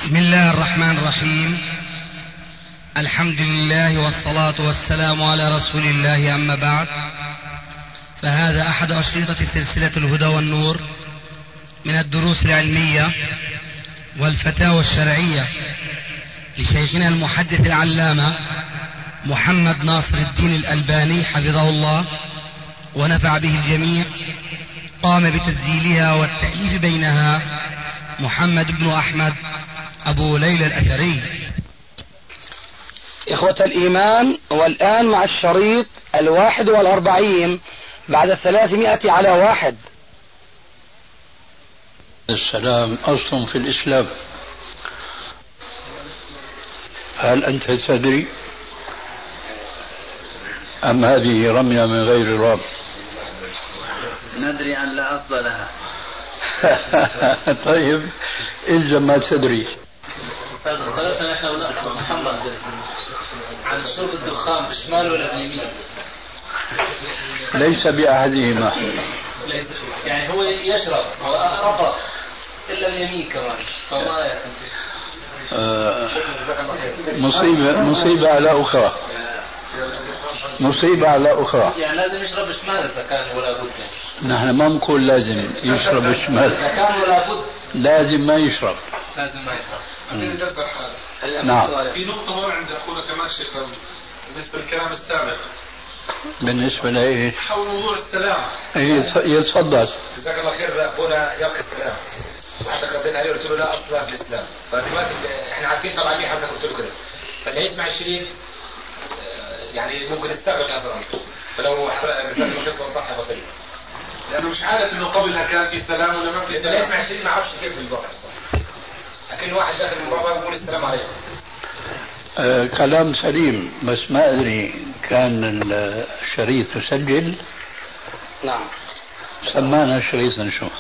بسم الله الرحمن الرحيم. الحمد لله والصلاة والسلام على رسول الله، أما بعد، فهذا أحد أشرطة سلسلة الهدى والنور من الدروس العلمية والفتاوى الشرعية لشيخنا المحدث العلامة محمد ناصر الدين الألباني حفظه الله ونفع به الجميع. قام بتسجيلها والتأليف بينها محمد بن أحمد أبو ليلى الأثري. إخوة الإيمان، والآن مع الشريط 41 بعد 300 على 1. السلام أصل في الإسلام. هل أنت تدري أم هذه رمية من غير رام؟ ندري أن لا أصل لها. طيب إلزم ما تدري. طلبنا نحن محمد عن شرب الدخان بالشمال ولا باليمين؟ ليس بأحدهما، يعني هو يشرب هو رفض إلا اليمين كمان، فما يكفي. مصيبة على أخرى، مصيبة على أخرى. يعني لازم يشرب الشمال إذا كان ولا بد. نحن ما نقول لازم يشرب الشمال، إذا كان ولا بد لازم ما يشرب. لازم ما يشرب. نعم. في نقطة مهمة عند أخونا كمان شيخ بالنسبة للكلام السابق. بالنسبة لإيه؟ حول موضوع السلام. يتفضل. جزاك الله خير. أخونا يلقي السلام وحضرتك رديت عليه وقلت له لا أصل في الإسلام. فدلوقتي إحنا عارفين طبعا ليه حضرتك قلت له كده، فاللي يسمع الشريط يعني ممكن يستغرب أصلا. فلو حضرتك جزاك الله خير توضحها بطريقة، لأنه مش عارف إنه قبلها كان في سلام ولا ما في سلام. اللي يسمع الشريط ما عرفش كيف بالواقع الصح. لكن واحد داخل من بابا يقول السلام عليكم. كلام سليم، بس ما أدري كان الشريط يسجل. نعم. سمانا الشريط نشوف،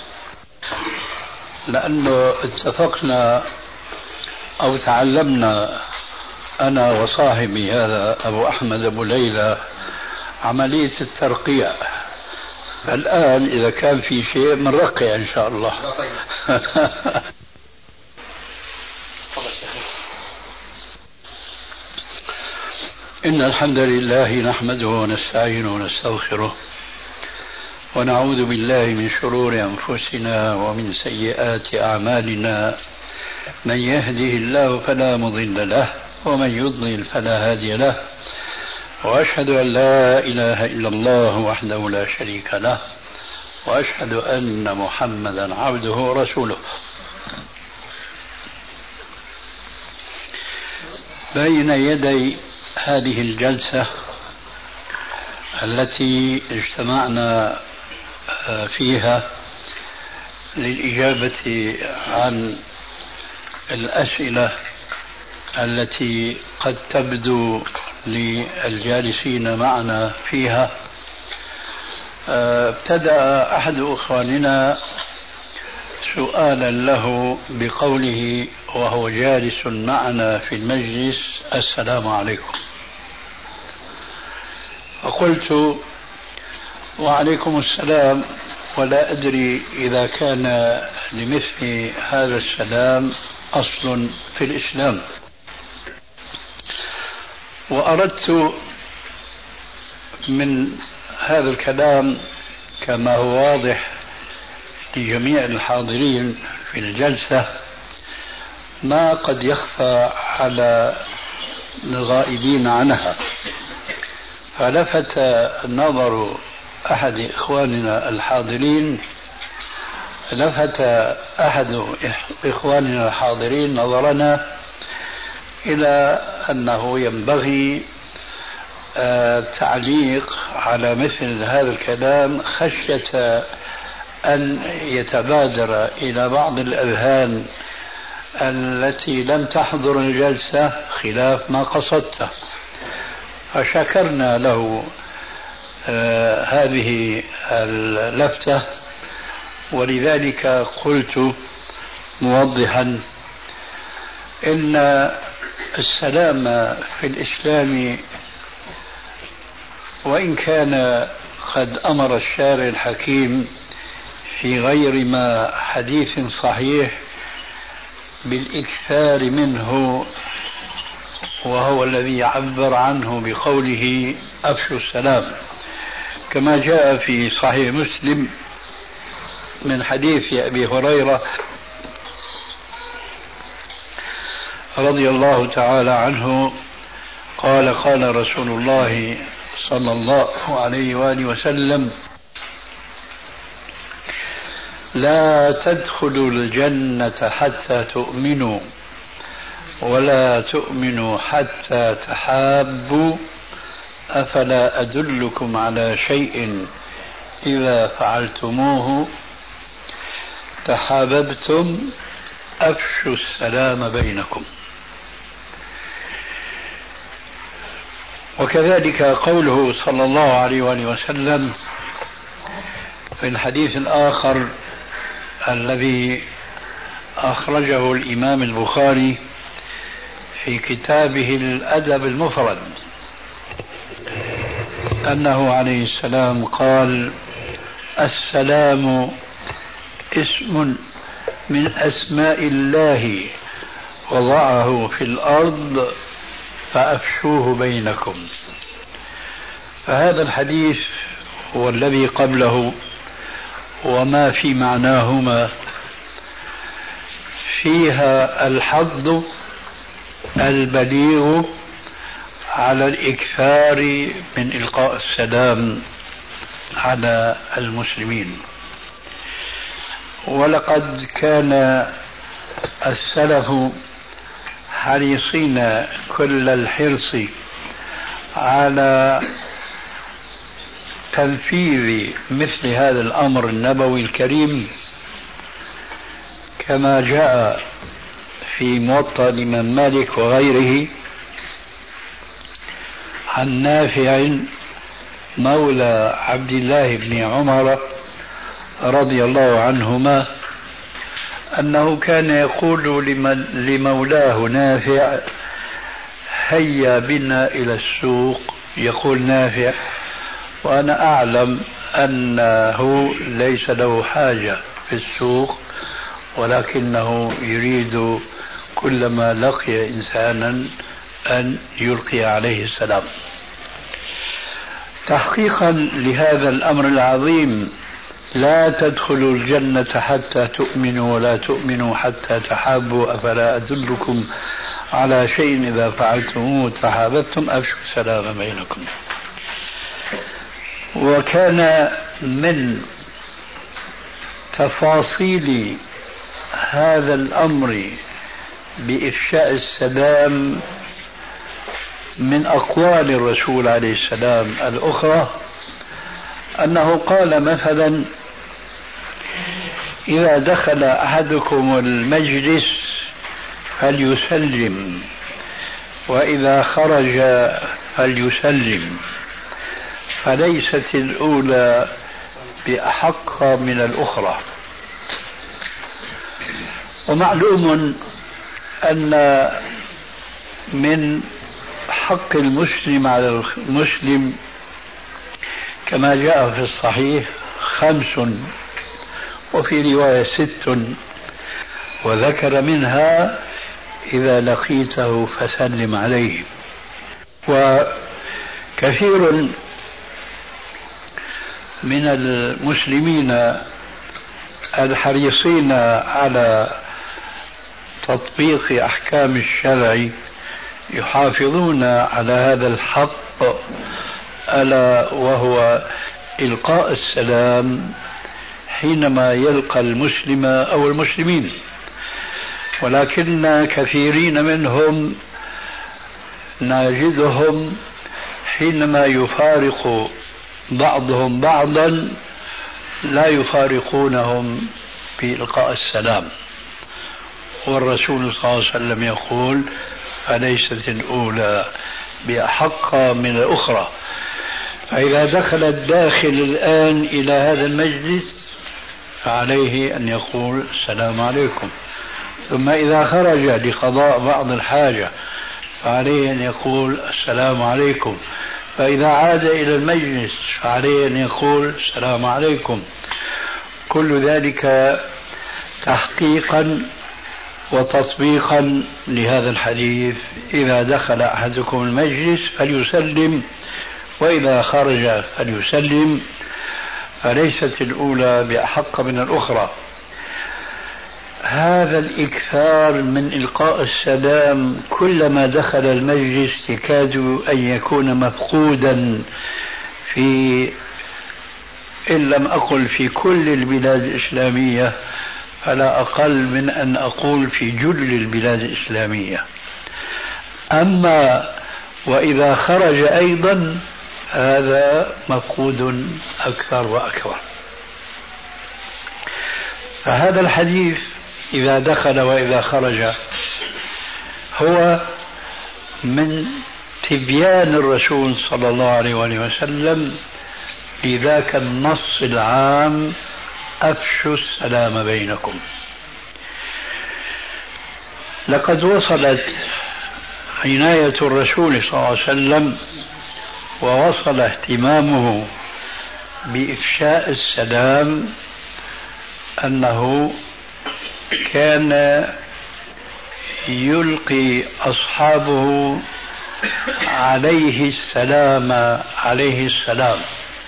لأنه اتفقنا أو تعلمنا أنا وصاحبي هذا أبو أحمد أبو ليلى عملية الترقيع. فالآن إذا كان في شيء من رقيع إن شاء الله. إن الحمد لله نحمده ونستعينه ونستغفره ونعوذ بالله من شرور أنفسنا ومن سيئات أعمالنا. من يهده الله فلا مضل له ومن يضلل فلا هادي له، وأشهد أن لا إله إلا الله وحده لا شريك له، وأشهد أن محمدا عبده ورسوله. بين يدي هذه الجلسة التي اجتمعنا فيها للإجابة عن الأسئلة التي قد تبدو للجالسين معنا فيها، ابتدأ أحد إخواننا سؤالا له بقوله وهو جالس معنا في المجلس: السلام عليكم. فقلت: وعليكم السلام، ولا أدري إذا كان لمثل هذا السلام أصل في الإسلام. وأردت من هذا الكلام كما هو واضح لجميع الحاضرين في الجلسة ما قد يخفى على الغائبين عنها. فلفت نظر أحد إخواننا الحاضرين نظرنا إلى أنه ينبغي تعليق على مثل هذا الكلام خشية أن يتبادر إلى بعض الأذهان التي لم تحضر الجلسة خلاف ما قصدته. فشكرنا له هذه اللفتة، ولذلك قلت موضحا إن السلام في الإسلام وإن كان قد أمر الشارع الحكيم في غير ما حديث صحيح بالإكثار منه، وهو الذي عبر عنه بقوله أفشوا السلام، كما جاء في صحيح مسلم من حديث أبي هريرة رضي الله تعالى عنه قال قال رسول الله صلى الله عليه وآله وسلم: لا تدخلوا الجنة حتى تؤمنوا، ولا تؤمنوا حتى تحابوا، أفلا أدلكم على شيء إذا فعلتموه تحاببتم، أفشوا السلام بينكم. وكذلك قوله صلى الله عليه وآله وسلم في الحديث الآخر الذي أخرجه الإمام البخاري في كتابه الأدب المفرد، أنه عليه السلام قال: السلام اسم من أسماء الله وضعه في الأرض فأفشوه بينكم. فهذا الحديث والذي قبله وما في معناهما فيها الحض البليغ على الإكثار من إلقاء السلام على المسلمين. ولقد كان السلف حريصين كل الحرص على تنفيذ مثل هذا الأمر النبوي الكريم، كما جاء في موطأ الإمام مالك وغيره عن نافع مولى عبد الله بن عمر رضي الله عنهما أنه كان يقول لمولاه نافع: هيا بنا إلى السوق. يقول نافع وأنا أعلم أنه ليس له حاجة في السوق، ولكنه يريد كلما لقي إنسانا أن يلقي عليه السلام. تحقيقا لهذا الأمر العظيم: لا تدخلوا الجنة حتى تؤمنوا، ولا تؤمنوا حتى تحابوا، أفلا أدلكم على شيء إذا فعلتموه تحاببتم، أفشوا السلام بينكم. وكان من تفاصيل هذا الأمر بإفشاء السلام من أقوال الرسول عليه السلام الأخرى أنه قال مثلا: إذا دخل أحدكم المجلس فليسلم، وإذا خرج فليسلم، فليست الأولى بأحق من الأخرى. ومعلوم أن من حق المسلم على المسلم كما جاء في الصحيح 5، وفي رواية 6، وذكر منها: إذا لقيته فسلم عليه. وكثير من المسلمين الحريصين على تطبيق أحكام الشرع يحافظون على هذا الحق، ألا وهو إلقاء السلام حينما يلقى المسلم أو المسلمين. ولكن كثيرين منهم نجدهم حينما يفارق بعضهم بعضا لا يفارقونهم بإلقاء السلام. والرسول صلى الله عليه وسلم يقول: فليست الأولى بأحق من الأخرى. فإذا دخل الداخل الآن إلى هذا المجلس فعليه أن يقول: السلام عليكم. ثم إذا خرج لقضاء بعض الحاجة فعليه أن يقول: السلام عليكم. فإذا عاد إلى المجلس فعليه أن يقول: السلام عليكم. كل ذلك تحقيقا وتطبيقا لهذا الحديث: إذا دخل أحدكم المجلس فليسلم، وإذا خرج فليسلم، فليست الأولى بأحق من الأخرى. هذا الإكثار من إلقاء السلام كلما دخل المجلس يكاد أن يكون مفقودا في، إن لم أقل في كل البلاد الإسلامية، فلا أقل من أن أقول في جل البلاد الإسلامية. أما وإذا خرج أيضا هذا مفقود أكثر وأكثر. فهذا الحديث إذا دخل وإذا خرج هو من تبيان الرسول صلى الله عليه وسلم لذاك النص العام: أفشوا السلام بينكم. لقد وصلت عناية الرسول صلى الله عليه وسلم ووصل اهتمامه بإفشاء السلام أنه كان يلقي أصحابه عليه السلام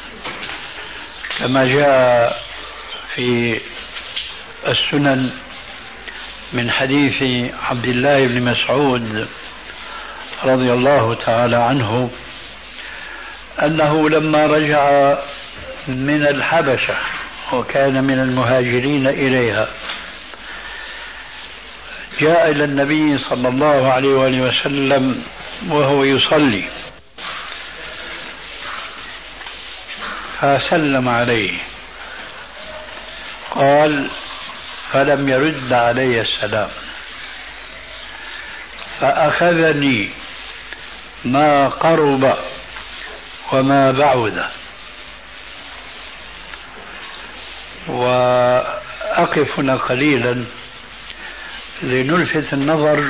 كما جاء في السنن من حديث عبد الله بن مسعود رضي الله تعالى عنه أنه لما رجع من الحبشة وكان من المهاجرين إليها جاء إلى النبي صلى الله عليه وسلم وهو يصلي فسلم عليه، قال: فلم يرد علي السلام، فأخذني ما قرب وما بعد. وأقف هنا قليلا لنلفت النظر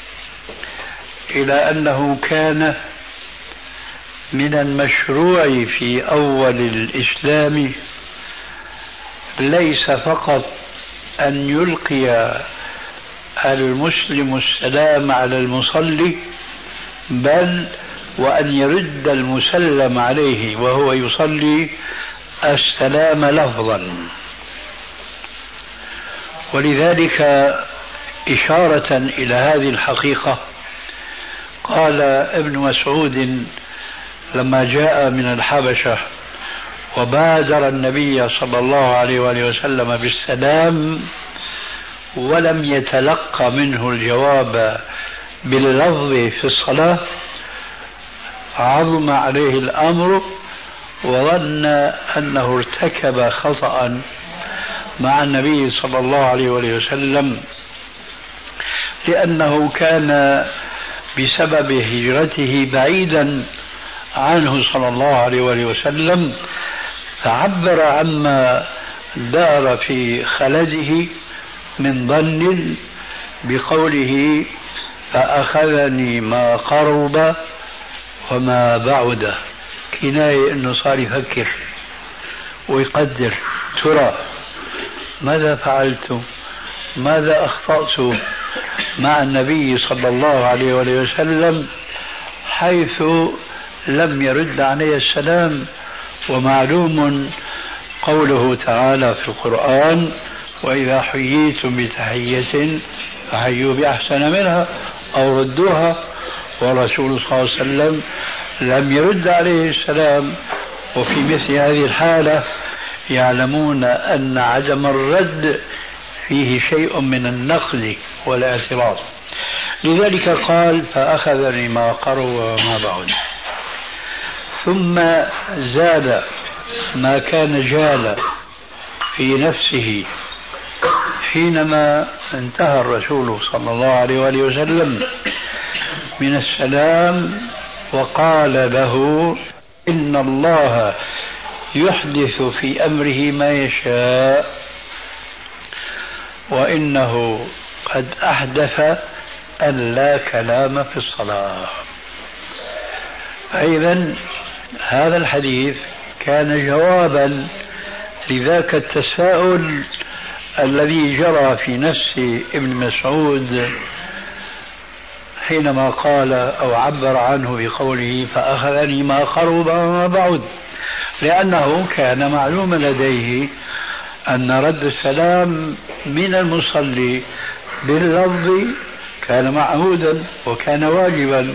إلى أنه كان من المشروع في أول الإسلام ليس فقط أن يلقي المسلم السلام على المصلي، بل وأن يرد المسلم عليه وهو يصلي السلام لفظا. ولذلك إشارة إلى هذه الحقيقة قال ابن مسعود لما جاء من الحبشة وبادر النبي صلى الله عليه وسلم بالسلام ولم يتلقى منه الجواب باللفظ في الصلاة، عظم عليه الأمر وظن أنه ارتكب خطأ مع النبي صلى الله عليه وسلم، لأنه كان بسبب هجرته بعيدا عنه صلى الله عليه وسلم، فعبر عما دار في خلده من ظن بقوله: فأخذني ما قرب وما بعد، كناية أنه صار يفكر ويقدر: ترى ماذا فعلت، ماذا أخطأت مع النبي صلى الله عليه وسلم حيث لم يرد علي السلام. ومعلوم قوله تعالى في القرآن: وإذا حييتم بتحية فحيوا بأحسن منها أو ردوها. والرسول صلى الله عليه وسلم لم يرد عليه السلام، وفي مثل هذه الحالة يعلمون أن عدم الرد فيه شيء من النقد والاعتراض. لذلك قال: فأخذني ما قرب وما بعد. ثم زاد ما كان جال في نفسه حينما انتهى الرسول صلى الله عليه وسلم من السلام وقال له: إن الله يحدث في أمره ما يشاء، وإنه قد أحدث أن لا كلام في الصلاة. أيضا هذا الحديث كان جوابا لذاك التساؤل الذي جرى في نفس ابن مسعود حينما قال أو عبر عنه بقوله فأخذني ما قرب وما بعد، لأنه كان معلوما لديه أن رد السلام من المصلي باللفظ كان معهودا وكان واجبا،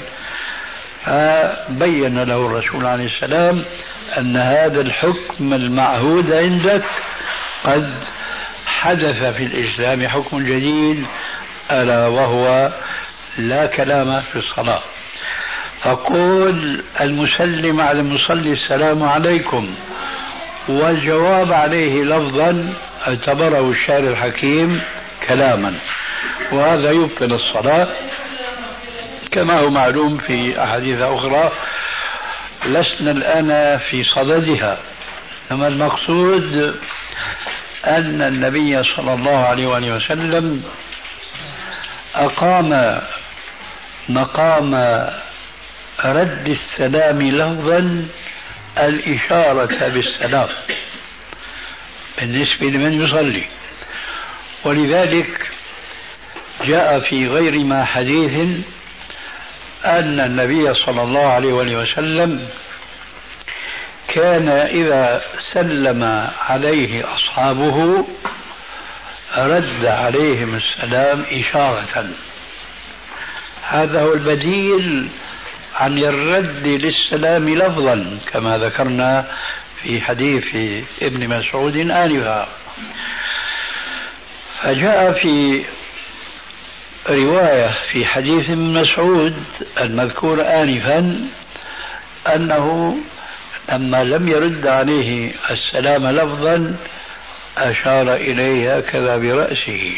فبين له الرسول عليه السلام أن هذا الحكم المعهود عندك قد حدث في الإسلام حكم جديد، ألا وهو لا كلام في الصلاة. فقول المسلم على المصلي السلام عليكم والجواب عليه لفظا اعتبره الشارع الحكيم كلاما، وهذا يبطل الصلاة كما هو معلوم في أحاديث أخرى لسنا الآن في صددها. إنما المقصود أن النبي صلى الله عليه وآله وسلم أقام مقام رد السلام لفظا الإشارة بالسلام بالنسبة لمن يصلي، ولذلك جاء في غير ما حديث أن النبي صلى الله عليه وسلم كان إذا سلم عليه أصحابه رد عليهم السلام إشارة. هذا هو البديل عن الرد للسلام لفظا كما ذكرنا في حديث ابن مسعود آنفا. فجاء في رواية في حديث ابن مسعود المذكور آنفا أنه لما لم يرد عليه السلام لفظا أشار إليه هكذا برأسه.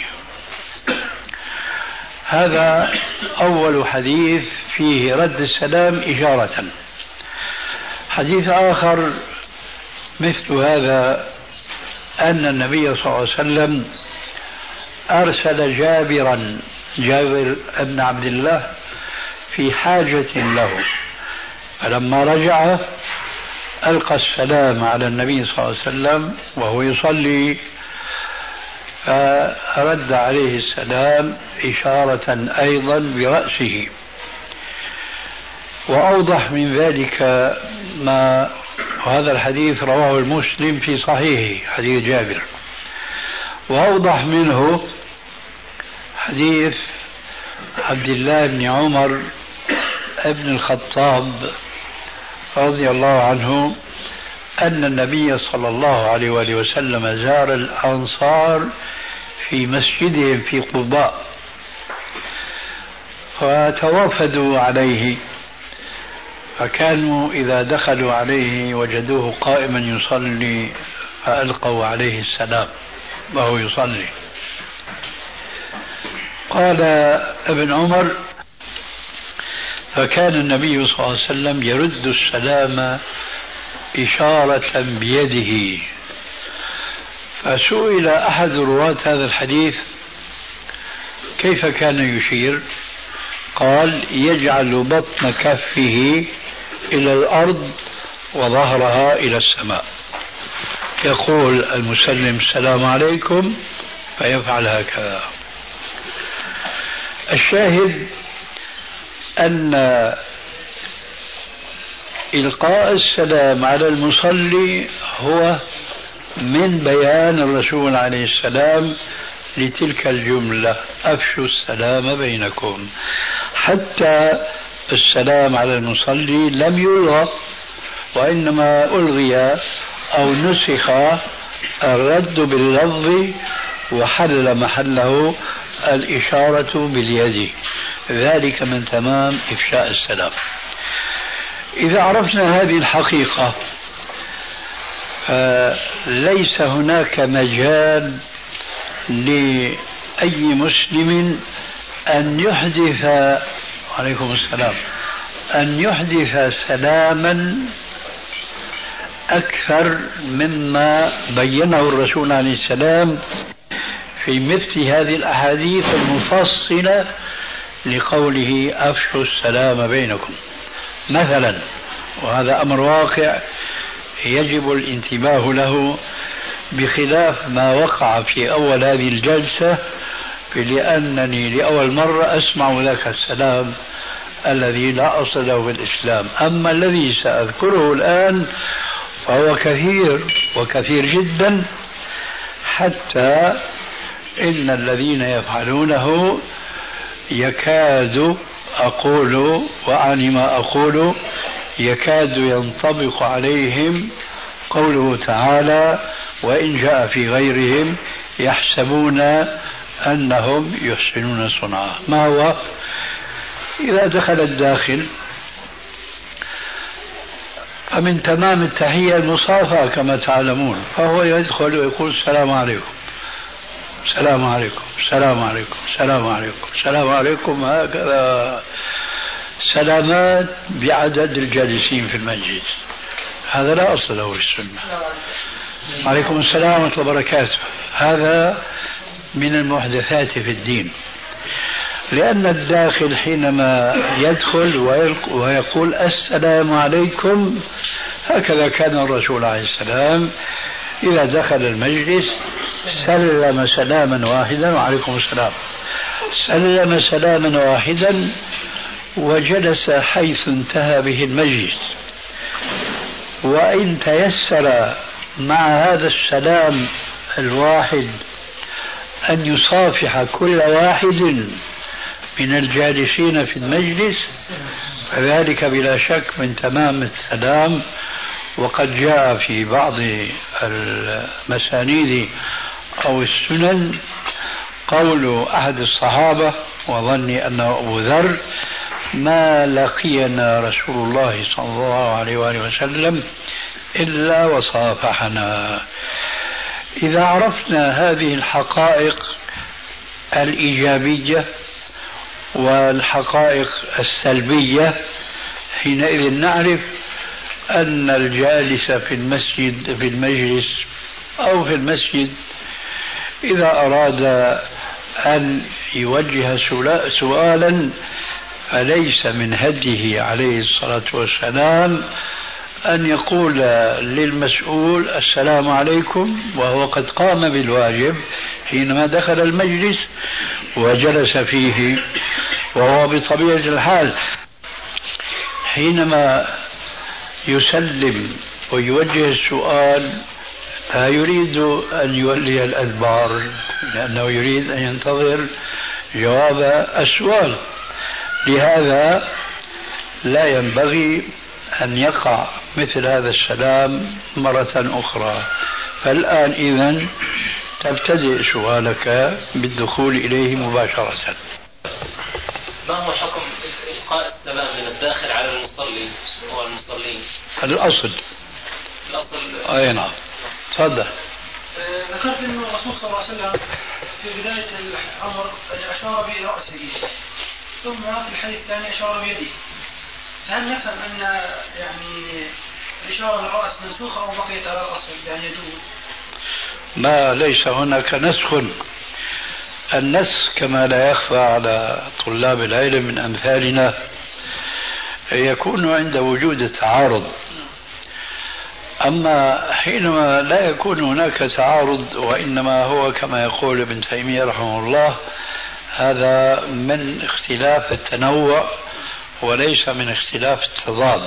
هذا أول حديث فيه رد السلام إشارة. حديث آخر مثل هذا أن النبي صلى الله عليه وسلم أرسل جابر بن عبد الله في حاجة له، فلما رجع ألقى السلام على النبي صلى الله عليه وسلم وهو يصلي، فرد عليه السلام إشارة أيضا برأسه. وأوضح من ذلك ما وهذا الحديث رواه المسلم في صحيحه حديث جابر، وأوضح منه حديث عبد الله بن عمر ابن الخطاب رضي الله عنه أن النبي صلى الله عليه وآله وسلم زار الأنصار في مسجدهم في قباء، فتوافدوا عليه، فكانوا إذا دخلوا عليه وجدوه قائما يصلي فألقوا عليه السلام وهو يصلي. قال ابن عمر فكان النبي صلى الله عليه وسلم يرد السلام إشارة بيده. فسئل أحد رواة هذا الحديث كيف كان يشير؟ قال يجعل بطن كفه إلى الأرض وظهرها إلى السماء، يقول المسلم السلام عليكم فيفعل هكذا. الشاهد أن إلقاء السلام على المصلي هو من بيان الرسول عليه السلام لتلك الجملة أفشوا السلام بينكم. حتى السلام على المصلي لم يلغى، وإنما ألغي أو نسخ الرد باللفظ وحل محله الإشارة باليد، ذلك من تمام إفشاء السلام. إذا عرفنا هذه الحقيقة فليس هناك مجال لأي مسلم أن يحدث عليكم السلام أن يحدث سلاما أكثر مما بينه الرسول عليه السلام في مثل هذه الأحاديث المفصلة لقوله أفشوا السلام بينكم. مثلا، وهذا أمر واقع يجب الانتباه له بخلاف ما وقع في أول هذه الجلسة، لأنني لأول مرة أسمع ذاك السلام الذي لا أصل له في الإسلام. أما الذي سأذكره الآن فهو كثير وكثير جدا، حتى إن الذين يفعلونه يكاد أقول وأعني ما أقول يكاد ينطبق عليهم قوله تعالى: وإن جاء في غيرهم يحسبون أنهم يحسنون صنعا. ما هو؟ إذا دخل الداخل فمن تمام التحية المصافحة كما تعلمون، فهو يدخل ويقول السلام عليكم السلام عليكم السلام عليكم السلام عليكم السلام عليكم، هكذا سلامات بعدد الجالسين في المجلس. هذا لا أصل له في السنة. عليكم السلام ورحمة الله وبركاته، هذا من المحدثات في الدين، لأن الداخل حينما يدخل ويقول السلام عليكم، هكذا كان الرسول عليه السلام إذا دخل المجلس سلم سلاما واحدا، وعليكم السلام، سلم سلاما واحدا وجلس حيث انتهى به المجلس. وإن تيسر مع هذا السلام الواحد أن يصافح كل واحد من الجالسين في المجلس، فذلك بلا شك من تمام السلام. وقد جاء في بعض المسانيد أو السنن قول أحد الصحابة وظني أنه أبو ذر: ما لقينا رسول الله صلى الله عليه وآله وسلم إلا وصافحنا. إذا عرفنا هذه الحقائق الإيجابية والحقائق السلبية، حينئذ نعرف أن الجالس في المسجد في المجلس أو في المسجد إذا أراد أن يوجه سؤالا فليس من هديه عليه الصلاة والسلام أن يقول للمسؤول السلام عليكم وهو قد قام بالواجب حينما دخل المجلس وجلس فيه، وهو بطبيعة الحال حينما يسلم ويوجه السؤال لا يريد أن يولي الأدبار، لأنه يريد أن ينتظر جواب السؤال. لهذا لا ينبغي أن يقع مثل هذا السلام مرة أخرى. فالآن إذن تبتدئ سؤالك بالدخول إليه مباشرة. ما هو حكم إلقاء السلام من الداخل على المصلي والمصلين؟ الأصل أي نعم. تفضل. ذكرت أن الرسول صلى الله عليه وسلم في بداية الأمر أشار برأسه، ثم في الحديث الثاني أشار بيده، فهل نفهم أن يعني الإشارة بالرأس منسوخة أو بقيت على الأصل يعني يدوم؟ ما ليس هناك نسخ. النسخ كما لا يخفى على طلاب العلم من أمثالنا يكون عند وجود التعارض. أما حينما لا يكون هناك تعارض وإنما هو كما يقول ابن تيمية رحمه الله هذا من اختلاف التنوع وليس من اختلاف التضاد.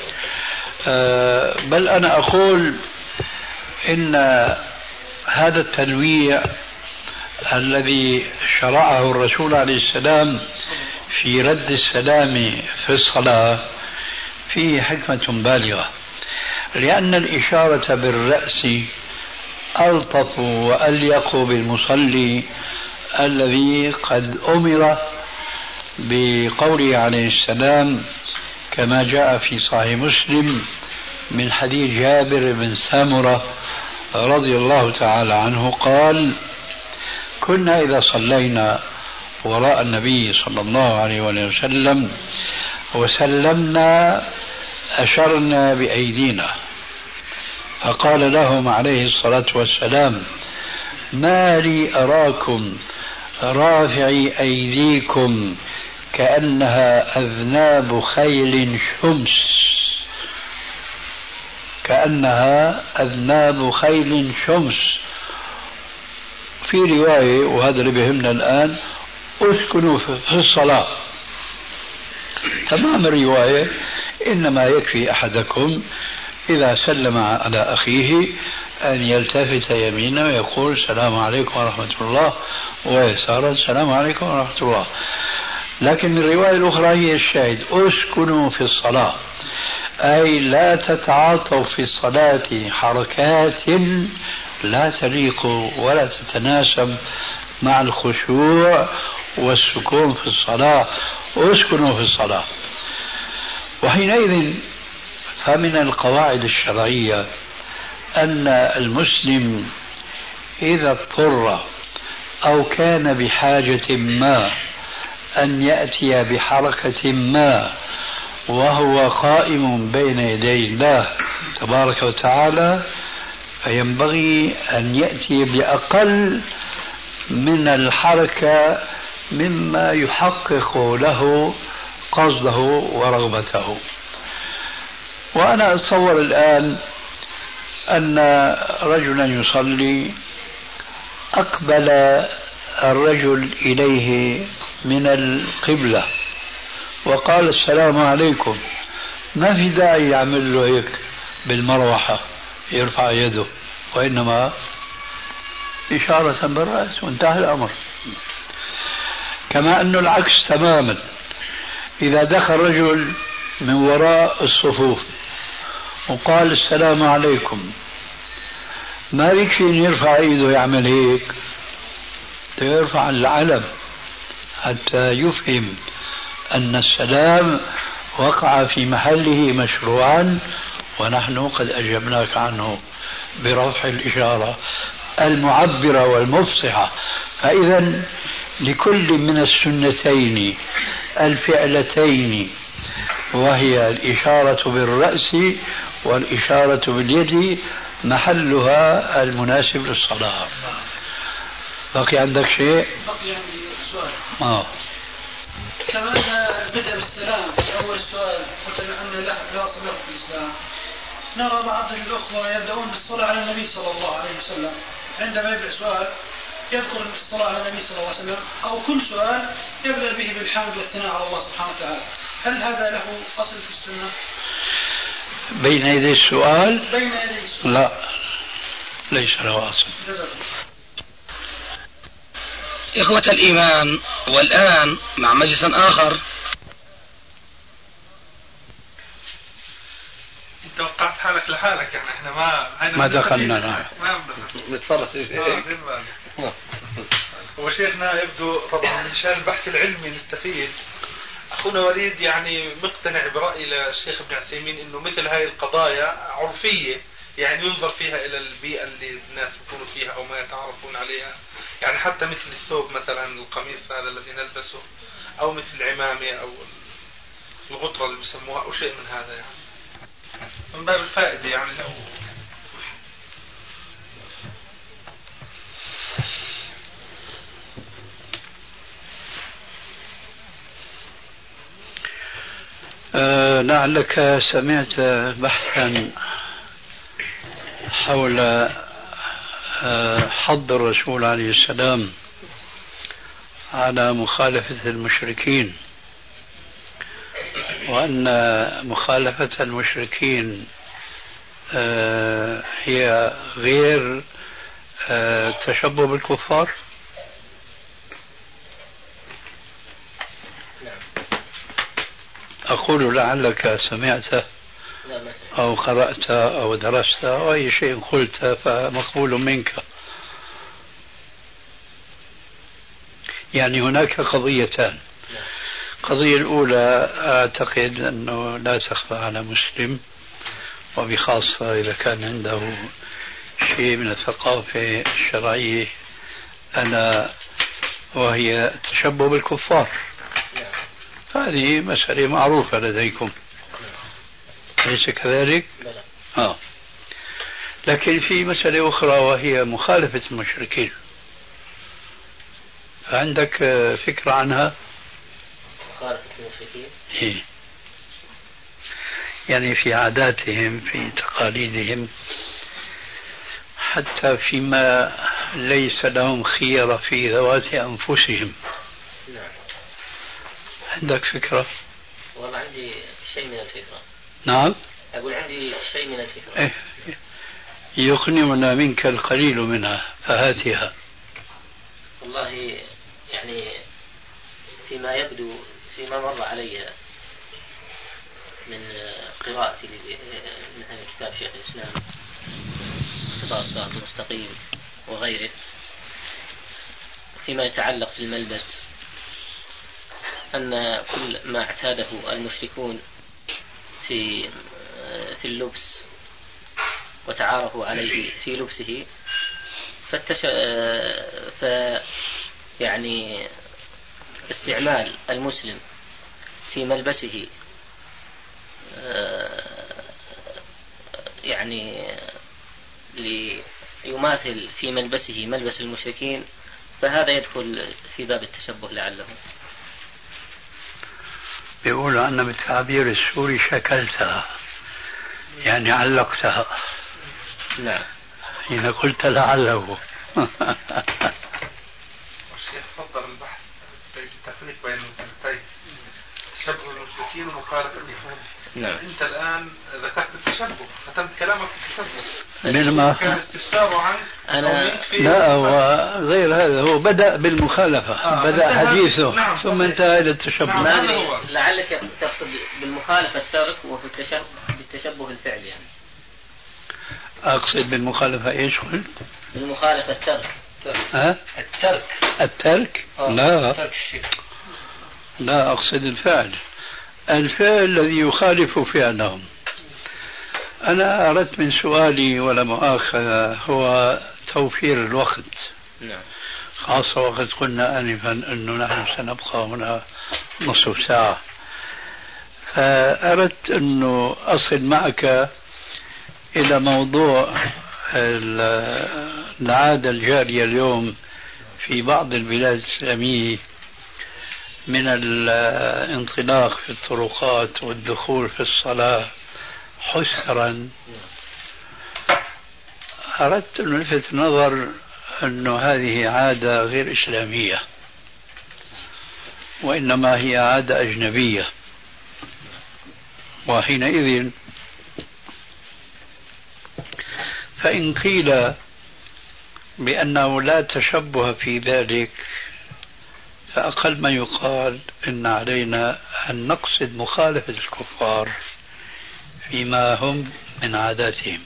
بل أنا أقول إن هذا التنويع الذي شرعه الرسول عليه السلام في رد السلام في الصلاة فيه حكمة بالغة، لأن الإشارة بالرأس ألطف وأليق بالمصلي الذي قد أمر بقوله عليه السلام كما جاء في صحيح مسلم من حديث جابر بن سامرة رضي الله تعالى عنه قال: كنا إذا صلينا وراء النبي صلى الله عليه وسلم وسلمنا أشرنا بأيدينا، فقال لهم عليه الصلاة والسلام: ما لي أراكم رافعي أيديكم كأنها أذناب خيل شمس، كأنها أذناب خيل شمس. في رواية وهذا اللي بيهمنا الآن اسكنوا في الصلاة. تمام الرواية إنما يكفي أحدكم إذا سلم على أخيه أن يلتفت يمينا ويقول السلام عليكم ورحمة الله، ويسارا السلام عليكم ورحمة الله. لكن الرواية الأخرى هي الشاهد، اسكنوا في الصلاة، أي لا تتعاطوا في الصلاة حركات لا تليق ولا تتناسب مع الخشوع والسكون في الصلاة، اسكنوا في الصلاة. وحينئذ فمن القواعد الشرعية أن المسلم إذا اضطر أو كان بحاجة ما أن يأتي بحركة ما وهو قائم بين يدي الله تبارك وتعالى، فينبغي أن يأتي بأقل من الحركة مما يحقق له قصده ورغبته. وأنا أتصور الآن أن رجلا يصلي، أقبل الرجل إليه من القبلة وقال السلام عليكم، ما في داعي يعمل له هيك بالمروحة يرفع يده، وإنما إشارة بالرأس وانتهى الأمر. كما أن العكس تماما، إذا دخل رجل من وراء الصفوف وقال السلام عليكم، ما يكفي أن يرفع إيده يعمل هيك، يرفع العلم حتى يفهم أن السلام وقع في محله مشروعا، ونحن قد أجبناك عنه برفع الإشارة المعبرة والمفصحة. فإذا لكل من السنتين الفعلتين، وهي الإشارة بالرأس والإشارة باليد، محلها المناسب للصلاة. بقي عندك شيء؟ بقي عندي سؤال. كمان بدأ بالسلام في أول السؤال، قلت أن لا أصل له في الإسلام. نرى بعض الأخوة يبدأون بالصلاة على النبي صلى الله عليه وسلم، عندما يبدأ سؤال يذكر الصلاة على النبي صلى الله عليه وسلم، أو كل سؤال يبدأ به بالحمد والثناء على الله سبحانه وتعالى. هل هذا له أصل في السنة؟ بين يدي السؤال؟ بين يدي السؤال لا، ليس له أصل. إخوة الإيمان، والآن مع مجلس آخر. انت وقعت حالك لحالك، يعني احنا ما دخلنا نتفرج. هو شيخنا يبدو طبعا من شان البحث العلمي نستفيد. أخونا وليد يعني مقتنع برأي الشيخ ابن عثيمين إنه مثل هاي القضايا عرفية، يعني ينظر فيها إلى البيئة اللي الناس يكونوا فيها أو ما يتعرفون عليها، يعني حتى مثل الثوب مثلا، القميص هذا الذي نلبسه، أو مثل العمامة أو الغطرة اللي بسموها، أو شيء من هذا، يعني من باب الفائدة. يعني لو لعلك سمعت بحثا حول حض الرسول عليه السلام على مخالفة المشركين، وأن مخالفة المشركين هي غير تشبه بالكفار. أقول لعلك سمعت أو قرأت أو درست أو أي شيء قلت فمقبول منك. يعني هناك قضيتان. القضية الأولى أعتقد أنه لا تخفى على مسلم، وبخاصة إذا كان عنده شيء من الثقافة الشرعية، ألا وهي التشبه بالكفار. هذه مسألة معروفة لديكم، أليس كذلك؟ لكن في مسألة أخرى وهي مخالفة المشركين، عندك فكرة عنها؟ مخالفة المشركين؟ إيه؟ يعني في عاداتهم في تقاليدهم، حتى فيما ليس لهم خيرة في ذوات أنفسهم. عندك فكرة؟ والله عندي شيء من الفكرة. نعم، أقول عندي شيء من الفكرة. إيه؟ يقنعنا منك القليل منها فهاتها. والله يعني فيما يبدو، فيما مر علي من قراءتي مثل كتاب شيخ الإسلام اقتضاء الصراط المستقيم وغيره، فيما يتعلق بالملبس، أن كل ما اعتاده المشركون في اللبس وتعارفوا عليه في لبسه، يعني استعمال المسلم في ملبسه يعني ليماثل في ملبسه ملبس المشركين، فهذا يدخل في باب التشبه لعله. بيقولوا أن بالتعبير السوري شكلتها، يعني علقتها. نعم. حين قلت لعله. الشيخ صدر البحث في التفريق بين المسألتين، تشبه المشركين ومخالفة الإخوان. نعم. أنت الآن ذكرت التشبه، ختمت كلامك في التشبه. بينما كان استفساره عن لا، وغير هذا هو بدأ بالمخالفة، بدأ حديثه. نعم. ثم انتهى إلى التشبه. لعلك تقصد بالمخالفة الترك وفي التشبه بالتشبه الفعل يعني. أقصد بالمخالفة إيش قلت؟ بالمخالفة الترك. الترك؟ لا، ترك الشيء. لا، أقصد الفعل الذي يخالف فعلهم. أنا أردت من سؤالي ولا مؤاخذة هو توفير الوقت. نعم. خاصة وقد قلنا آنفا أنه نحن سنبقى هنا نصف ساعة، فأردت أنه أصل معك إلى موضوع العادة الجارية اليوم في بعض البلاد الإسلامية من الانطلاق في الطرقات والدخول في الصلاة حسرا. أردت أن ألفت النظر أن هذه عادة غير إسلامية، وإنما هي عادة أجنبية. وحينئذ فإن قيل بأنه لا تشبه في ذلك، فأقل ما يقال إن علينا أن نقصد مخالفة الكفار فيما هم من عاداتهم.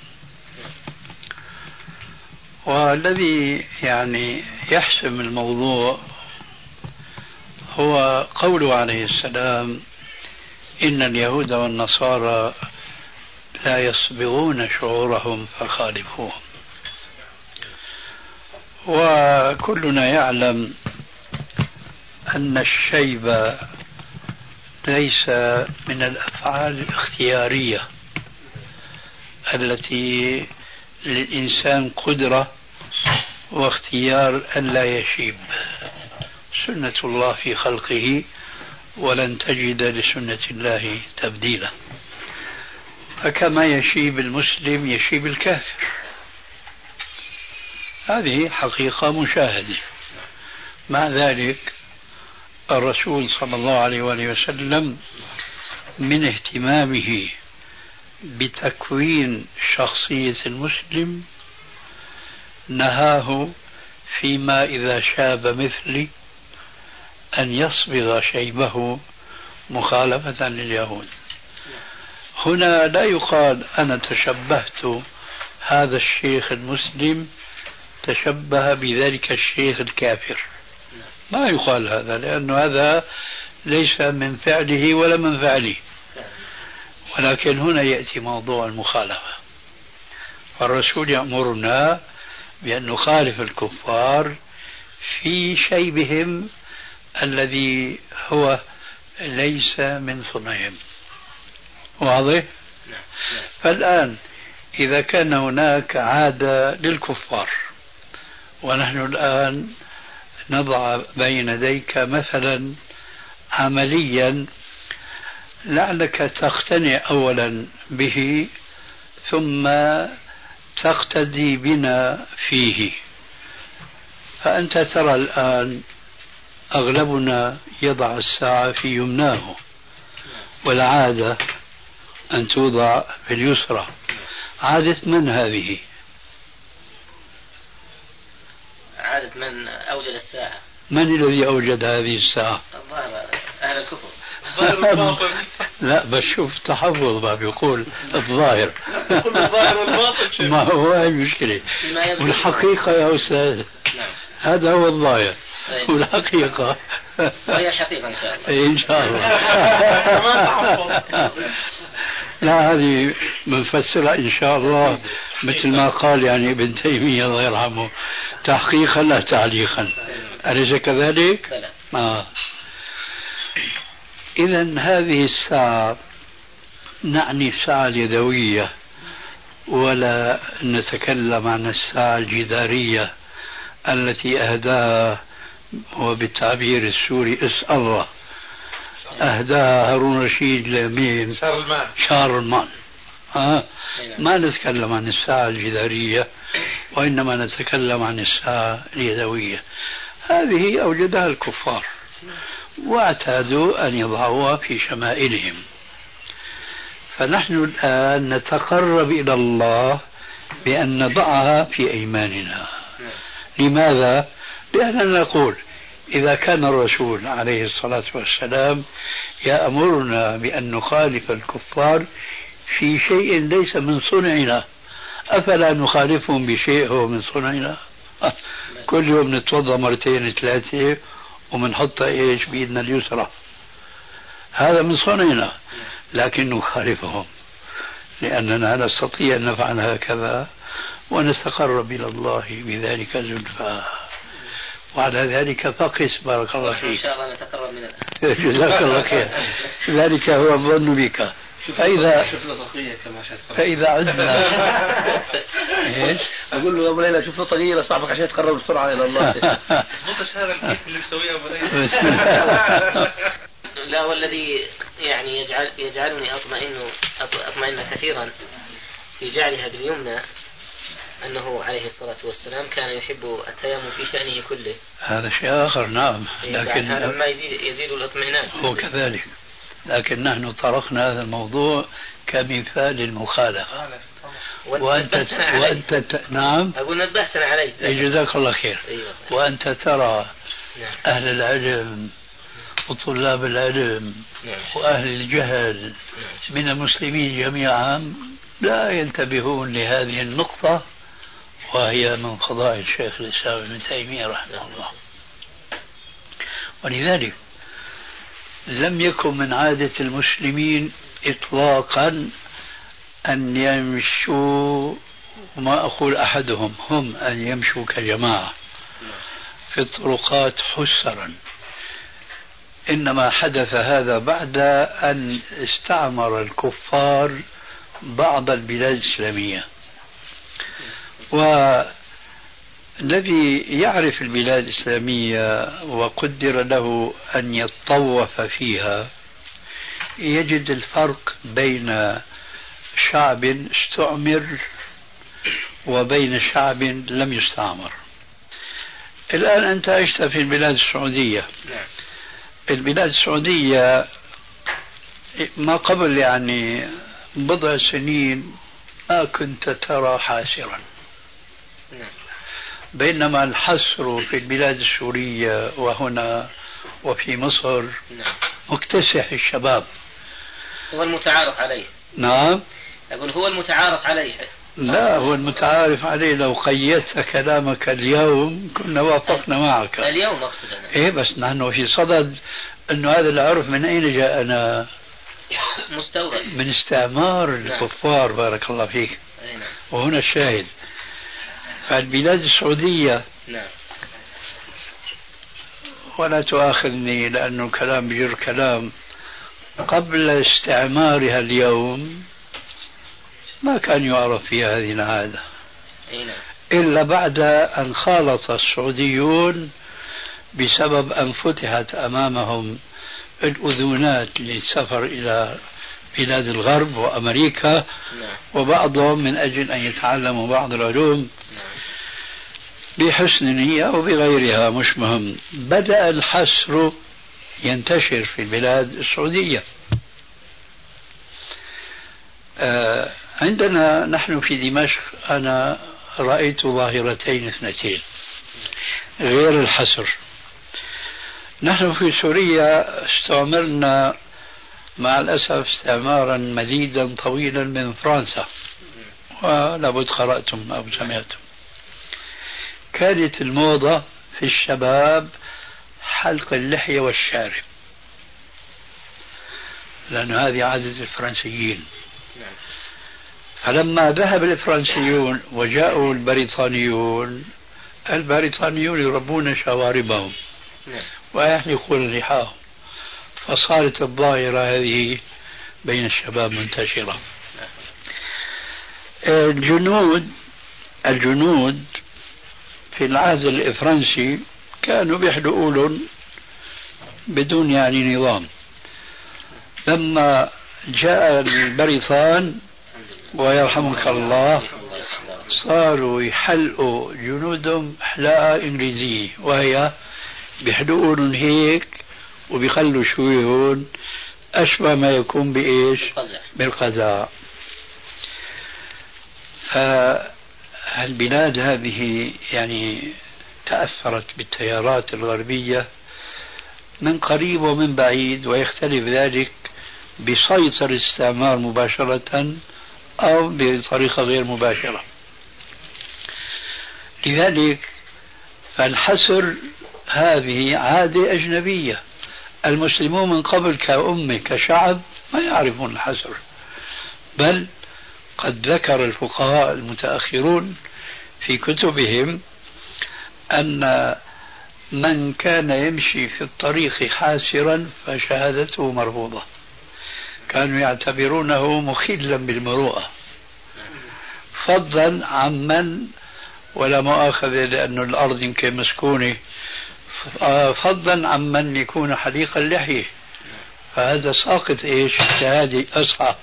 والذي يعني يحسم الموضوع هو قوله عليه السلام: إن اليهود والنصارى لا يصبغون شعورهم فخالفوهم. وكلنا يعلم أن الشيب ليس من الأفعال الاختيارية التي للإنسان قدرة واختيار أن لا يشيب. سنة الله في خلقه، ولن تجد لسنة الله تبديلا. فكما يشيب المسلم يشيب الكافر، هذه حقيقة مشاهدة. مع ذلك الرسول صلى الله عليه وآله وسلم من اهتمامه بتكوين شخصية المسلم نهاه فيما إذا شاب مثلي أن يصبغ شيبه مخالفة لليهود. هنا لا يقال أنا تشبهت هذا الشيخ المسلم تشبه بذلك الشيخ الكافر، ما يقال هذا، لأن هذا ليس من فعله ولا من فعله. ولكن هنا يأتي موضوع المخالفة، فالرسول يأمرنا بأن نخالف الكفار في شيبهم الذي هو ليس من صنعهم. واضح؟ فالآن إذا كان هناك عادة للكفار، ونحن الآن نضع بين يديك مثلا عمليا لعلك تقتنع أولا به ثم تقتدي بنا فيه. فأنت ترى الآن أغلبنا يضع الساعة في يمناه، والعادة أن توضع في اليسرى. عادة من هذه؟ عادة من أوجد الساعة. من الذي أوجد هذه الساعة؟ الظاهر أهل الكفر. لا بس شوف تحفظ ما بيقول الظاهر. الظاهر والباطن. ما هو هاي المشكلة. والحقيقة يا أستاذ هذا هو الظاهر، والحقيقة وهي حقيقة إن شاء الله. إن شاء الله. لا هذه بنفسرها إن شاء الله مثل ما قال يعني ابن تيمية الله يرحمه، تحقيقا لا تعليقا. أليس كذلك؟ إذا هذه الساعة نعني الساعة اليدوية، ولا نتكلم عن الساعة الجدارية التي أهداها وبالتعبير السوري اسأل الله أهداها هارون رشيد لمين؟ شارلمان. ما نتكلم عن الساعة الجدارية، وإنما نتكلم عن الساعة اليدوية. هذه أوجدها الكفار واعتادوا أن يضعوها في شمائلهم. فنحن الآن نتقرب إلى الله بأن نضعها في أيماننا. لماذا؟ لأننا نقول إذا كان الرسول عليه الصلاة والسلام يأمرنا بأن نخالف الكفار في شيء ليس من صنعنا، أفلا نخالفهم بشيء هو من صنعنا؟ كل يوم نتوضأ مرتين ثلاثة ومنحط إيش بإيدنا اليسرى، هذا من صنعنا، لكن نخالفهم لأننا نستطيع أن نفعل هكذا ونتقرب إلى الله بذلك زلفى. وعلى ذلك فقس بارك الله فيك. إن شاء الله نتقرب من الآن. جزاك الله خير. ذلك هو الظن بك. فإذا عدنا ايش؟ أقول له أبو ليلى شوف له طريقة صعبك عشان تقرب بسرعة إلى الله. مش هذا الكيس اللي مسويه أبو ليلى. لا، والذي يعني يجعلني أطمئن كثيرا في جعلها باليمنى أنه عليه الصلاة والسلام كان يحب التيمم في شأنه كله. هذا شيء آخر نعم، لكن هذا ما يزيد الاطمئنان. هو كذلك، لكن نحن طرقنا هذا الموضوع كمثال المخالفة. وأنت نعم أقول نبهتنا عليه. جزاك الله خير. وأنت ترى أهل العلم وطلاب العلم وأهل الجهل من المسلمين جميعا لا ينتبهون لهذه النقطة، وهي من قضاء الشيخ الإسلام ابن تيمية رحمه الله. ولذلك لم يكن من عادة المسلمين إطلاقا أن يمشوا، وما أقول أحدهم، هم أن يمشوا كجماعة في الطرقات حسرا. إنما حدث هذا بعد أن استعمر الكفار بعض البلاد الإسلامية، والذي يعرف البلاد الإسلامية وقدر له أن يتطوف فيها يجد الفرق بين شعب استعمر وبين شعب لم يستعمر. الآن أنت عشت في البلاد السعودية. البلاد السعودية ما قبل يعني بضع سنين ما كنت ترى حاسرا، بينما الحسر في البلاد السورية وهنا وفي مصر مكتسح الشباب. هو المتعارف عليه. نعم، أقول هو المتعارف عليه. لا، هو المتعارف عليه. لو قيدت كلامك اليوم كنا وافقنا معك اليوم، أقصد أنا. إيه، بس نحن في صدد أنه هذا العرف من أين جاءنا؟ مستورد من استعمار الكفار. بارك الله فيك. وهنا الشاهد. فالبلاد السعودية، ولا تؤاخذني لأنه كلام بجر كلام، قبل استعمارها اليوم ما كان يعرف فيها هذه العادة إلا بعد أن خالط السعوديون بسبب أن فتحت أمامهم الأذونات للسفر إلى بلاد الغرب وأمريكا، وبعضهم من أجل أن يتعلموا بعض العلوم بحسن نية وبغيرها، مش مهم. بدأ الحسر ينتشر في البلاد السعودية. عندنا نحن في دمشق أنا رأيت ظاهرتين اثنتين غير الحسر. نحن في سوريا استعمرنا مع الأسف استعمارا مديدا طويلا من فرنسا، ولابد قرأتم أو سمعتم. كانت الموضة في الشباب حلق اللحية والشارب، لأن هذه عادة الفرنسيين. فلما ذهب الفرنسيون وجاءوا البريطانيون يربون شواربهم ويحلقون لحاهم، فصارت الظاهرة هذه بين الشباب منتشرة. الجنود في العهد الفرنسي كانوا بيحلقوا لهم بدون يعني نظام. لما جاء البريطان ويرحمك الله صاروا يحلقوا جنودهم حلاقة إنجليزية، وهي بيحلقوا لهم هيك وبيخلوا شويهون أشبه ما يكون بإيش؟ بالقزاء. فالبلاد هذه يعني تأثرت بالتيارات الغربية من قريب ومن بعيد، ويختلف ذلك بسيطرة الاستعمار مباشرة أو بطريقة غير مباشرة. لذلك فالحسر هذه عادة أجنبية. المسلمون من قبل كأمة كشعب ما يعرفون الحسر، بل قد ذكر الفقهاء المتأخرون في كتبهم أن من كان يمشي في الطريق حاسرا فشهادته مرفوضة. كانوا يعتبرونه مخلا بالمروءة، فضلا عمن ولا مؤاخذة لأن الأرض يمكن مسكونة، فضلا عمن يكون حليق اللحية، فهذا ساقط إيش؟ شهادة أصحى.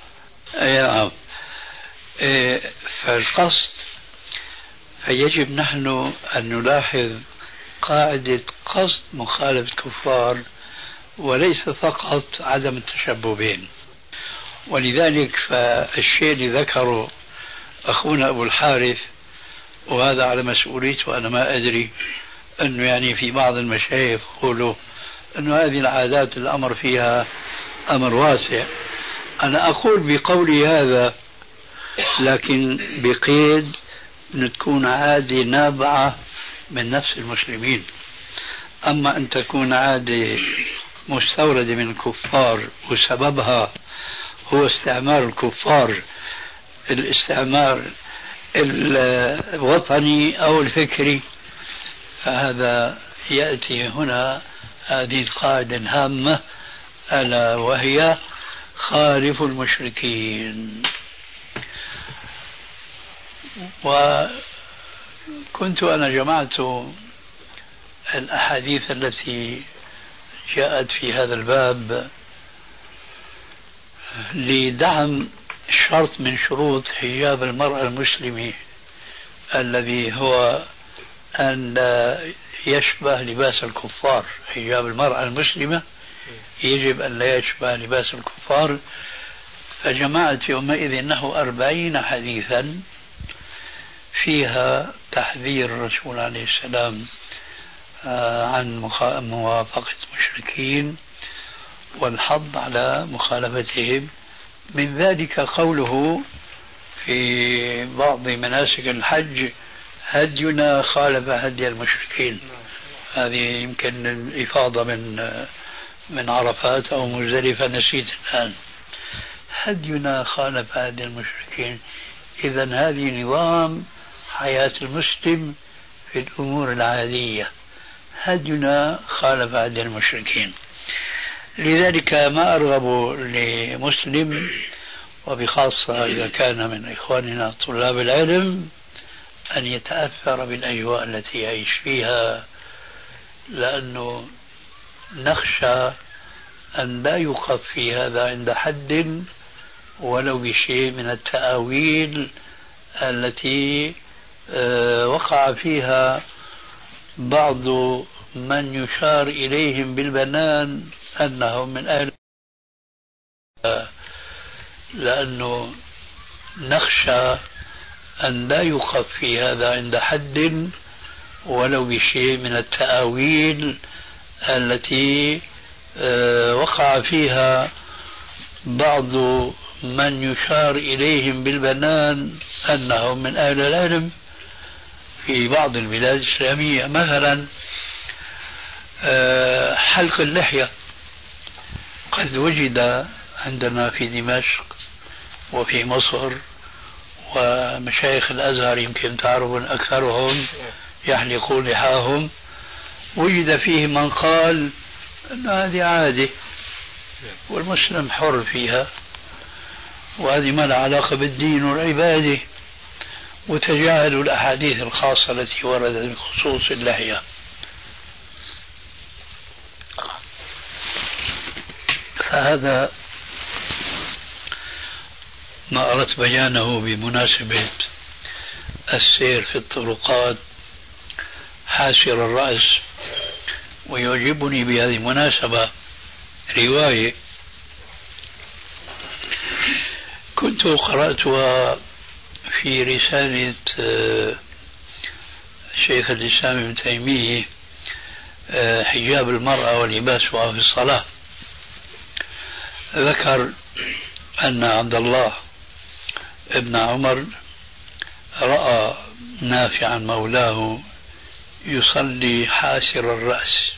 فالقصد فيجب نحن أن نلاحظ قاعدة قصد مخالفة الكفار وليس فقط عدم التشبه بهم. ولذلك فالشيء اللي ذكره أخونا أبو الحارث، وهذا على مسؤوليته وأنا ما أدري، أنه يعني في بعض المشايخ يقولوا أنه هذه العادات الأمر فيها أمر واسع. أنا أقول بقولي هذا لكن بقيد أن تكون عادة نابعة من نفس المسلمين. أما أن تكون عادة مستوردة من الكفار وسببها هو استعمار الكفار، الاستعمار الوطني أو الفكري، فهذا يأتي هنا هذه القاعدة الهامة ألا وهي خالف المشركين. وكنت أنا جمعت الأحاديث التي جاءت في هذا الباب لدعم شرط من شروط حجاب المرأة المسلمة الذي هو أن لا يشبه لباس الكفار. حجاب المرأة المسلمة يجب أن لا يشبه لباس الكفار. فجمعت يومئذ أنه 40 حديثا فيها تحذير الرسول عليه السلام عن موافقة المشركين والحض على مخالفتهم. من ذلك قوله في بعض مناسك الحج: هدينا خالف هدي المشركين. هذه يمكن الإفاضة من عرفات أو مزدلفة، نسيت الآن. هدينا خالف هدي المشركين. إذن هذه نظام حياة المسلم في الأمور العادية، هدينا خالف هدي المشركين. لذلك ما أرغب لمسلم، وبخاصة إذا كان من إخواننا طلاب العلم، أن يتأثر بالأجواء التي يعيش فيها، لأنه نخشى أن لا يوقف في هذا عند حد ولو بشيء من التأويل التي وقع فيها بعض من يشار إليهم بالبنان أنهم من أهل، لأنه نخشى أن لا يوقف في هذا عند حد ولو بشيء من التأويل التي وقع فيها بعض من يشار إليهم بالبنان أنهم من أهل العلم في بعض البلاد الإسلامية. مثلا حلق اللحية قد وجد عندنا في دمشق وفي مصر، ومشايخ الأزهر يمكن تعرفون أكثرهم يحلقون لحاهم، وجد فيه من قال أن هذه عادة والمسلم حر فيها وهذه ما لها علاقة بالدين والعبادة، وتجاهلوا الأحاديث الخاصة التي وردت بخصوص اللحية. فهذا ما أردت بيانه بمناسبة السير في الطرقات حاسر الرأس. ويعجبني بهذه المناسبة رواية كنت قرأتها في رسالة شيخ الإسلام ابن تيمية، حجاب المرأة ولباسها في الصلاة. ذكر أن عبد الله ابن عمر رأى نافعا مولاه يصلي حاسر الرأس،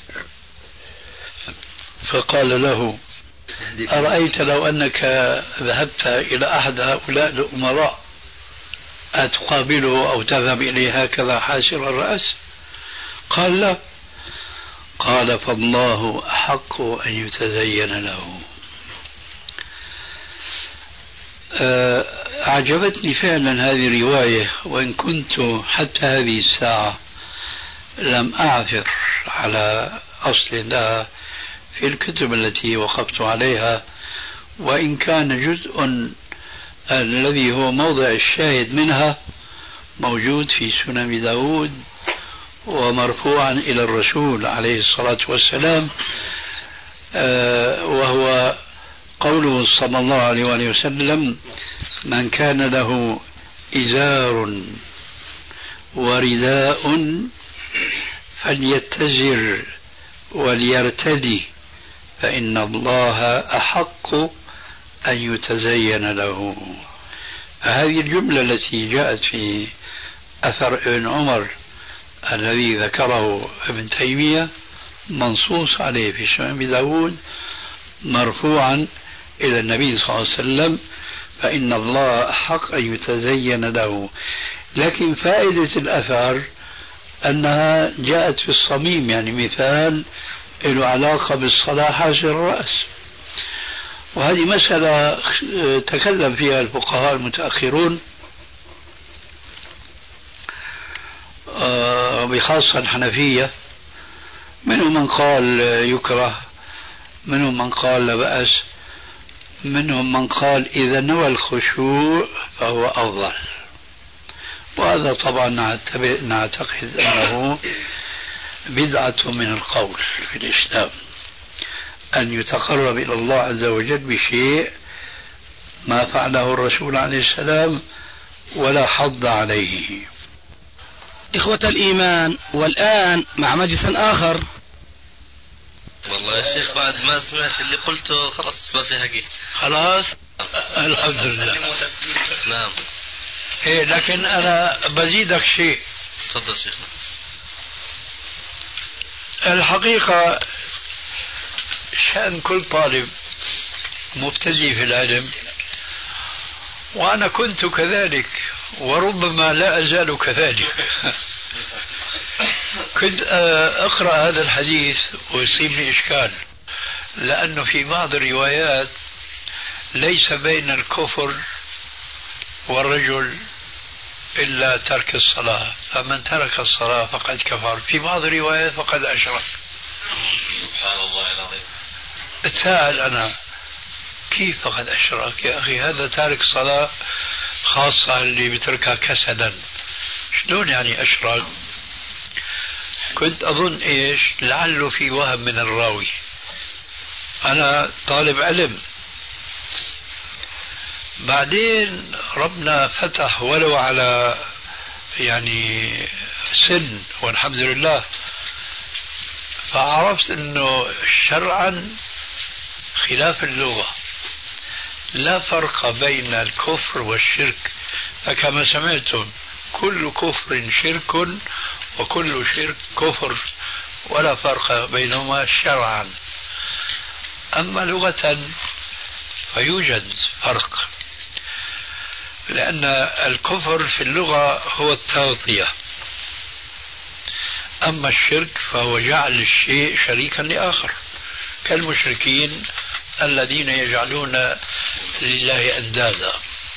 فقال له: أرأيت لو أنك ذهبت إلى أحد هؤلاء الأمراء أتقابله أو تذهب إليه هكذا حاسر الرأس؟ قال: لا. قال: فالله أحق أن يتزين له. أعجبتني فعلا هذه الرواية، وإن كنت حتى هذه الساعة لم أعثر على أصل لها في الكتب التي وقفت عليها، وإن كان جزء الذي هو موضع الشاهد منها موجود في سنن داود ومرفوعا إلى الرسول عليه الصلاة والسلام، وهو قوله صلى الله عليه وسلم: من كان له إزار ورداء فليتزر وليرتدي فإن الله أحق أن يتزين له. هذه الجملة التي جاءت في أثر ابن عمر الذي ذكره ابن تيمية منصوص عليه في سنن داود مرفوعا إلى النبي صلى الله عليه وسلم: فإن الله أحق أن يتزين له. لكن فائدة الأثر أنها جاءت في الصميم، يعني مثال له علاقة بالصلاة حاسر الرأس، وهذه مسألة تكلم فيها الفقهاء المتأخرون بخاصة الحنفية. منهم من قال يكره، منهم من قال لا بأس، منهم من قال إذا نوى الخشوع فهو أفضل. وهذا طبعا نعتقد أنه بدعة من القول في الإسلام، أن يتقرب إلى الله عز وجل بشيء ما فعله الرسول عليه السلام ولا حض عليه. إخوة الإيمان، والآن مع مجلس آخر. والله يا شيخ بعد ما سمعت اللي قلته خلاص ما في حقيقة. خلاص الحمد لله. نعم. إيه، لكن أنا بزيدك شيء. تفضل شيخنا. الحقيقة شأن كل طالب مبتدئ في العلم، وأنا كنت كذلك وربما لا أزال كذلك. كنت أقرأ هذا الحديث ويصيبني إشكال، لأنه في بعض الروايات ليس بين الكفر والرجل إلا ترك الصلاة، فمن ترك الصلاة فقد كفر، في بعض الروايات فقد أشرك. سبحان الله العظيم. اتساءل أنا كيف فقد أشرك يا أخي؟ هذا تارك صلاة خاصة اللي بتركها كسلا، شلون يعني أشرك؟ كنت أظن إيش لعله في وهم من الراوي، أنا طالب علم. بعدين ربنا فتح ولو على يعني سن والحمد لله، فعرفت أنه شرعا خلاف اللغة لا فرق بين الكفر والشرك، فكما سمعتم كل كفر شرك وكل شرك كفر، ولا فرق بينهما شرعا. أما لغة فيوجد فرق، لأن الكفر في اللغة هو التغطية، أما الشرك فهو جعل الشيء شريكا لآخر، كالمشركين الذين يجعلون لله أندادا.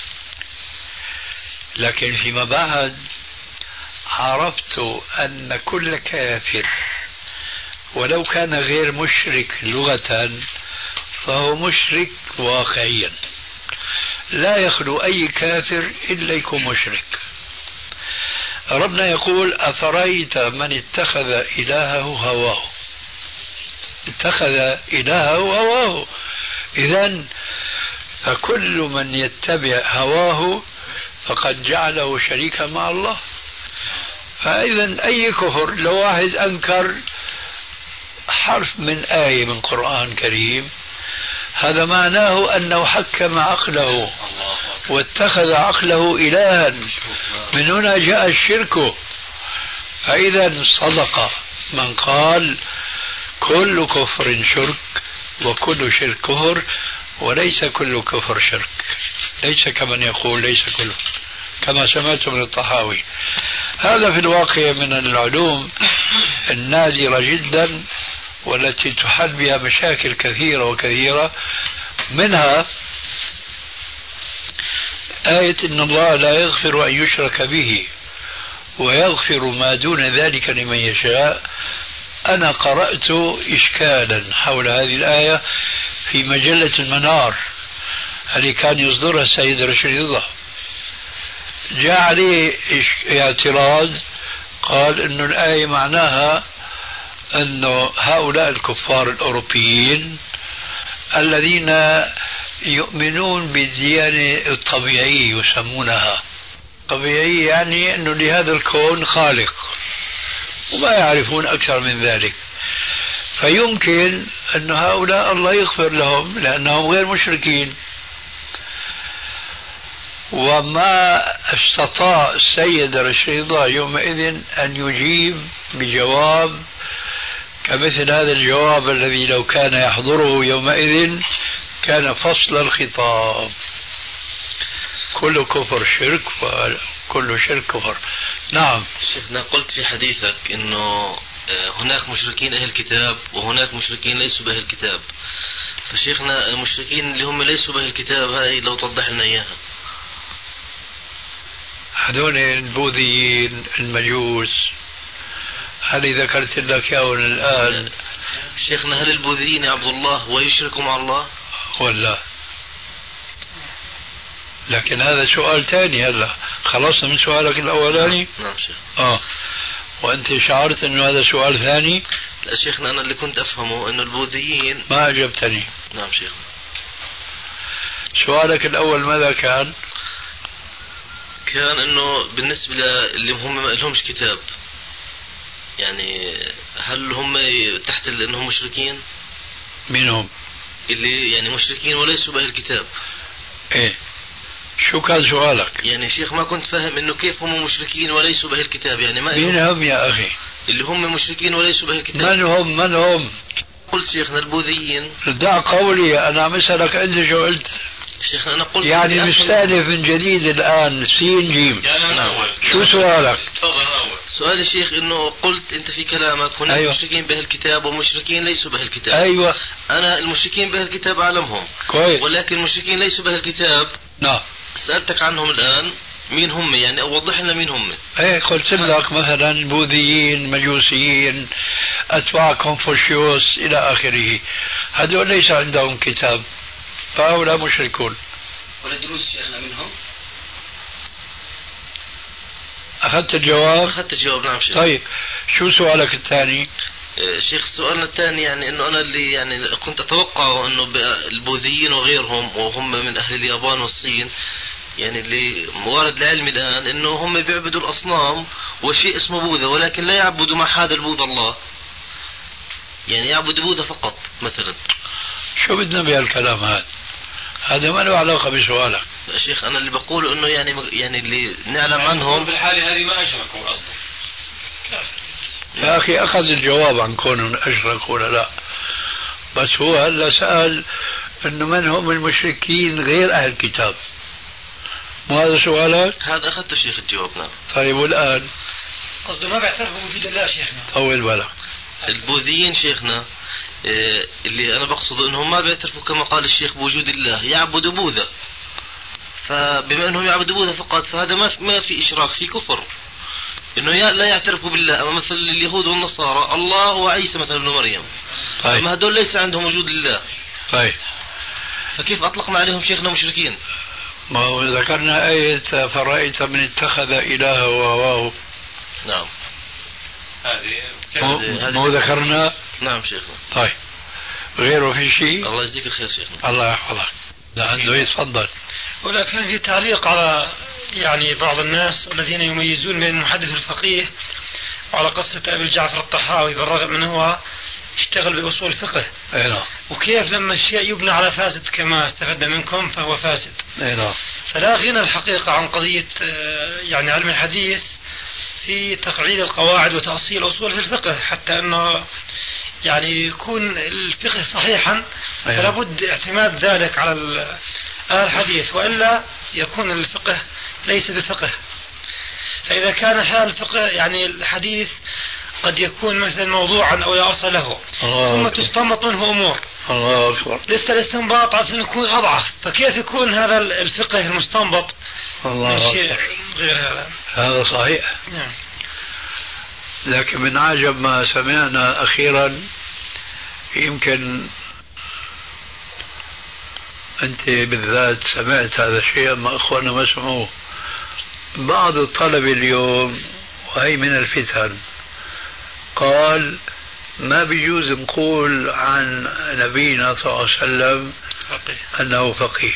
لكن فيما بعد عرفت أن كل كافر ولو كان غير مشرك لغة فهو مشرك واقعيا، لا يخلو أي كافر إلا يكون مشرك. ربنا يقول أفرأيت من اتخذ إلهه هواه، اتخذ إلهه هواه، إذن فكل من يتبع هواه فقد جعله شريكا مع الله. فإذا أي كفر، لو واحد أنكر حرف من آية من قرآن كريم هذا معناه أنه حكم عقله واتخذ عقله إلها، من هنا جاء الشرك. فإذا صدق من قال كل كفر شرك وكل شرك كفر، وليس كل كفر شرك، ليس كمن يقول ليس كله، كما سمعت من الطحاوي. هذا في الواقع من العلوم النادرة جدا والتي تحل بها مشاكل كثيرة وكثيرة، منها آية إن الله لا يغفر أن يشرك به ويغفر ما دون ذلك لمن يشاء. أنا قرأت إشكالا حول هذه الآية في مجلة المنار التي كان يصدرها السيد رشيد الله، جاء عليه اعتراض، قال إن الآية معناها أن هؤلاء الكفار الأوروبيين الذين يؤمنون بالديانة الطبيعية يسمونها طبيعية، يعني أنه لهذا الكون خالق وما يعرفون أكثر من ذلك، فيمكن أن هؤلاء الله يغفر لهم لأنهم غير مشركين. وما استطاع السيد رشيد الله يومئذ أن يجيب بجواب كمثل هذا الجواب الذي لو كان يحضره يومئذ كان فصل الخطاب. كل كفر شرك وكل شرك كفر. نعم شيخنا، قلت في حديثك انه هناك مشركين اهل الكتاب وهناك مشركين ليسوا باهل الكتاب، فشيخنا المشركين اللي هم ليسوا باهل الكتاب هاي لو توضح لنا اياها. هذول البوذيين المجوس هل ذكرت لك ياهم الآن؟ شيخنا هل البوذيين يعبدوا الله ويشركوا مع الله ولا؟ لكن هذا سؤال ثاني. هلا خلصنا من سؤالك الأولاني. نعم شيخ. وأنت شعرت أنه هذا سؤال ثاني؟ لا شيخنا، أنا اللي كنت أفهمه أنه البوذيين. ما أجبتني. نعم شيخ. سؤالك الأول ماذا كان؟ كان أنه بالنسبة اللي هم ما لهمش كتاب، يعني هل هم تحت أنهم مشركين؟ مين هم؟ اللي يعني مشركين وليسوا بأهل الكتاب. إيه شو كان سؤالك؟ يعني شيخ ما كنت فاهم انه كيف هم مشركين وليسوا باهل الكتاب، يعني ما مين هم يا اخي؟ اللي هم مشركين وليسوا باهل الكتاب. من هم؟ قلت شيخنا البوذيين. دع قولي، انا عم اسالك انت شو قلت؟ شيخنا انا قلت يعني مستأنف من جديد الان سين جيم. نعم. شو سؤالك؟ سؤال الشيخ انه قلت انت في كلامك هناك أيوة. مشركين باهل الكتاب ومشركين ليسوا باهل الكتاب. ايوه انا المشركين باهل الكتاب اعلمهم كويس، ولكن المشركين ليسوا باهل الكتاب نعم سألتك عنهم الآن مين هم يعني؟ وضح لنا مين هم. ايه قلت لك مثلا بوذيين، مجوسيين، اتباع كونفوشيوس الى اخره، هذول ليس عندهم كتاب فهؤلاء مشركون. ولا دروس شيخنا منهم؟ اخذت الجواب؟ اخذت الجواب نعم شيخ. طيب شو سؤالك الثاني؟ شيخ سؤالنا الثاني يعني انه انا اللي يعني كنت اتوقع انه البوذيين وغيرهم وهم من اهل اليابان والصين يعني اللي موارد العلم الان انه هم بيعبدوا الاصنام وشيء اسمه بوذا، ولكن لا يعبدوا مع هذا البوذا الله، يعني يعبدوا بوذا فقط مثلا. شو بدنا بهالكلام هذا؟ هذا ما له علاقه بسؤالك. يا شيخ انا اللي بقوله انه يعني اللي نعلم عنهم بالحاله هذه ما اشركوا اصلا. يا أخي أخذ الجواب عن كونهم أشركوا ولا لا، بس هو هلا سأل إنه من هم المشركين غير أهل الكتاب، مو هذا سؤالك؟ هذا أخذت شيخ الجواب نعم. طيب والآن؟ قصده ما بيعترفوا بوجود الله شيخنا. طول بالك. البوذيين شيخنا اللي أنا بقصده إنهم ما بيعترفوا كما قال الشيخ بوجود الله، يعبدوا بوذا، فبما إنهم يعبدوا بوذا فقط فهذا ما في إشراك، في كفر، انه لا يعترفوا بالله. اما مثل اليهود والنصارى الله وعيسى مثلا ابن مريم، طيب. اما هذول ليس عندهم وجود الله، طيب فكيف اطلقنا عليهم شيخنا مشركين؟ ما هو ذكرنا آية فرأيت من اتخذ إلهه وهواه. نعم مو ذكرنا؟ نعم شيخنا. طيب غيره في شيء؟ الله يجزيك الخير شيخنا. الله يحفظك. ده عنده يتفضل. ولكن في تعليق على يعني بعض الناس الذين يميزون بين المحدث والفقيه، وعلى قصة أبي جعفر الطحاوي بالرغم من هو اشتغل بأصول الفقه، وكيف لما الشيء يبنى على فاسد كما استفدنا منكم فهو فاسد. فلا غنى الحقيقة عن قضية يعني علم الحديث في تقعيد القواعد وتأصيل أصول في الفقه، حتى أنه يعني يكون الفقه صحيحا فلا بد اعتماد ذلك على الحديث، وإلا يكون الفقه ليس بفقه. فإذا كان حال الفقه يعني الحديث قد يكون مثلا موضوعا أو لا أصل له، ثم تستنبط منه أمور الله أكبر، لسه الاستنباط عشان يكون أضعف، فكيف يكون هذا الفقه المستنبط من شيء غير هذا؟ هذا صحيح. نعم. لكن من عجب ما سمعنا أخيرا، يمكن أنت بالذات سمعت هذا الشيء ما أخوانا ما سمعوه. بعض الطلبة اليوم وهي من الفتن قال ما بيجوز نقول عن نبينا صلى الله عليه وسلم أنه فقيه.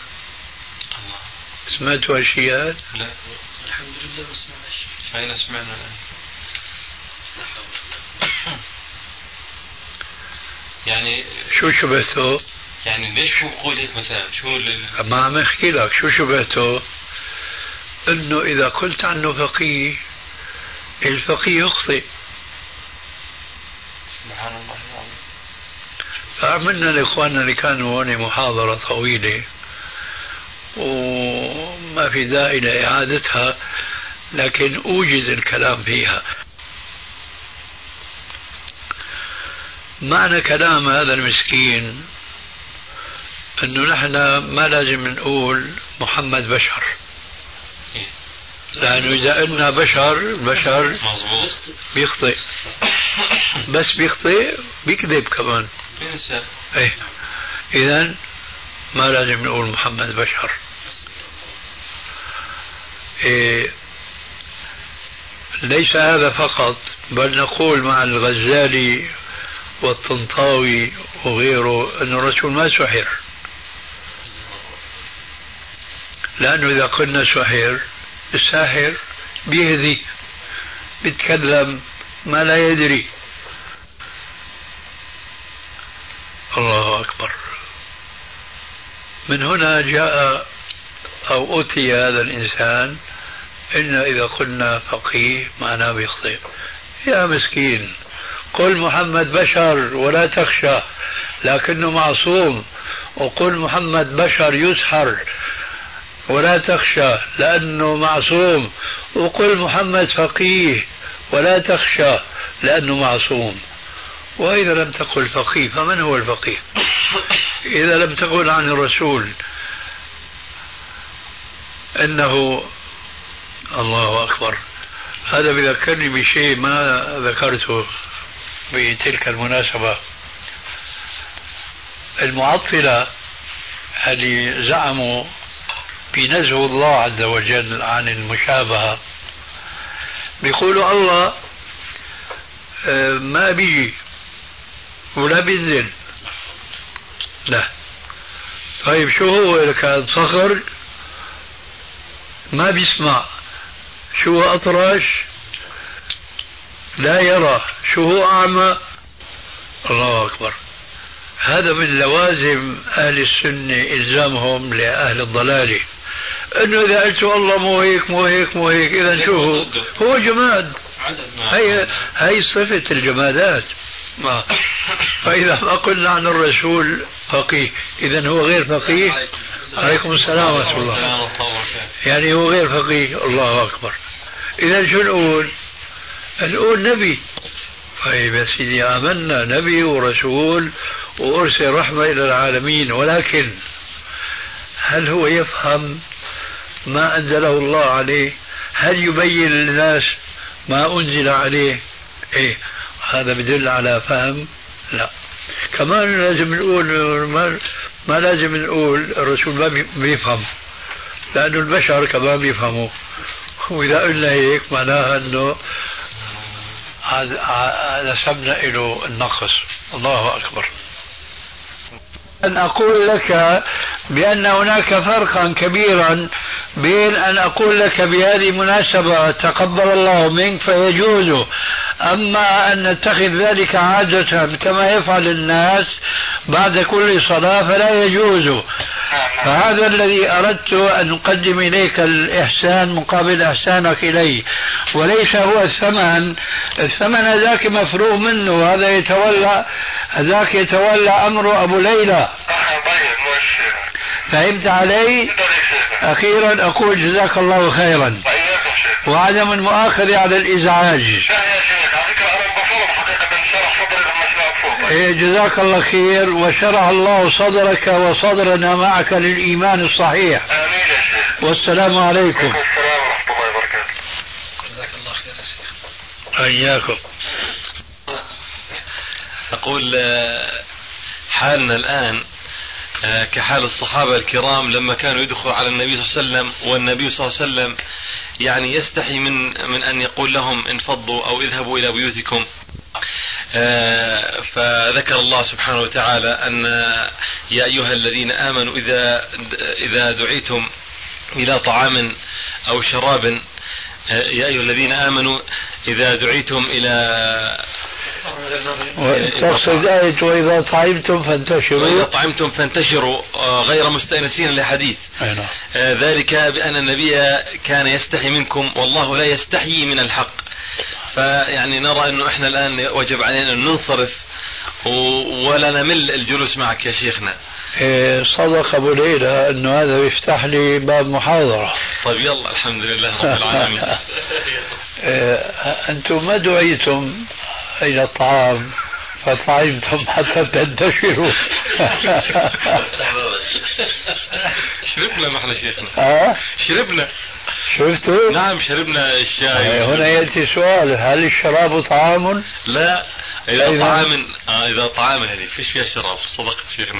سمعتوا هالشيء؟ لا الحمد لله ما سمعنا شيء. أين سمعنا الآن؟ يعني شو شبهته؟ يعني ليش هو بقول هيك مثلا؟ شو ما عم احكي لك شو شبهته؟ انه اذا قلت عنه فقيه الفقيه يخطئ. سبحان الله. فعملنا لاخواننا اللي كانوا هون محاضرة طويلة وما في داعي لإعادتها، لكن أوجز الكلام فيها. معنى كلام هذا المسكين أنه نحن ما لازم نقول محمد بشر، لأنه إذا قلنا بشر بيخطئ، بس بيخطئ بيكذب كمان. إيه إذن ما لازم نقول محمد بشر. إيه ليس هذا فقط، بل نقول مع الغزالي والطنطاوي وغيره أن الرسول ما سحر، لأنه إذا قلنا سحر الساحر بيهذي بيتكلم ما لا يدري. الله أكبر. من هنا جاء أو أتي هذا الإنسان إن إذا قلنا فقيه معناه بيخطئ. يا مسكين قل محمد بشر ولا تخشى لكنه معصوم، وقل محمد بشر يسحر ولا تخشى لأنه معصوم، وقل محمد فقيه ولا تخشى لأنه معصوم. وإذا لم تقل فقيه فمن هو الفقيه؟ إذا لم تقل عن الرسول إنه الله أكبر. هذا بذكرني بشيء ما ذكرته بتلك المناسبة. المعطلة اللي زعموا بنزه الله عز وجل عن المشابهة بيقولوا الله ما بيجي ولا بينزل. لا. طيب شو هو إذا كان صخر ما بيسمع؟ شو هو أطرش لا يرى؟ شو هو أعمى؟ الله أكبر. هذا من لوازم أهل السنة إلزامهم لأهل الضلال، أنه إذا قلت الله مو هيك مو هيك مو هيك إذا شو هو جماد. هي صفة الجمادات. فإذا ما قلنا عن الرسول فقيه إذا هو غير فقيه. عليكم السلام ورحمة الله. يعني هو غير فقيه. الله أكبر. إذا شو نقول؟ نقول نبي. طيب يا سيدي آمنا نبي ورسول وأرسل رحمة إلى العالمين، ولكن هل هو يفهم ما أنزله الله عليه؟ هل يبين للناس ما أنزل عليه؟ إيه هذا بدل على فهم؟ لا. كمان لازم نقول ما لازم نقول الرسول ما بيفهم، لأنه البشر كمان بيفهموا، وإذا قلنا هيك معناها أنه نسبنا إلى النقص. الله أكبر. أن أقول لك بأن هناك فرقا كبيرا بين أن أقول لك بهذه المناسبة تقبل الله منك فيجوز، أما أن نتخذ ذلك عادة كما يفعل الناس بعد كل صلاة فلا يجوز. فهذا الذي أردت أن أقدم إليك الإحسان مقابل إحسانك إلي، وليس هو الثمن. الثمن ذاك مفروغ منه، هذاك يتولى أمر أبو ليلى. فهمت علي؟ أخيرا أقول جزاك الله خيرا وعدم المؤاخذة على الإزعاج. جزاك الله خير وشرح الله صدرك وصدرنا معك للإيمان الصحيح. والسلام عليكم. السلام ورحمة الله وبركاته. جزاك الله خير يا شيخ. إياكم. أقول حالنا الآن كحال الصحابة الكرام لما كانوا يدخلوا على النبي صلى الله عليه وسلم، والنبي صلى الله عليه وسلم يعني يستحي من أن يقول لهم انفضوا أو اذهبوا إلى بيوتكم. فذكر الله سبحانه وتعالى أن يا أيها الذين آمنوا إذا دعيتم إلى طعام أو شراب، يا أيها الذين آمنوا إذا دعيتم إلى تقصد آية وإذا طعمتم فانتشروا غير مستأنسين لحديث. ذلك بأن النبي كان يستحي منكم والله لا يستحيي من الحق. فيعني نرى أنه إحنا الآن وجب علينا أن ننصرف ولا نمل الجلوس معك يا شيخنا. صدق أبو ليلى أنه هذا يفتح لي باب محاضرة. طيب يلا الحمد لله رب العالمين. أنتم ما دعيتم إلى الطعام فطعمتم حتى تنتشروا. شربنا ما احنا شيخنا. شربنا. شفتوا؟ نعم شربنا الشاي. هنا يأتي سؤال، هل الشراب طعام؟ لا إذا طعام إذا طعام هذه فيش فيها شراب. صدقت شيخنا.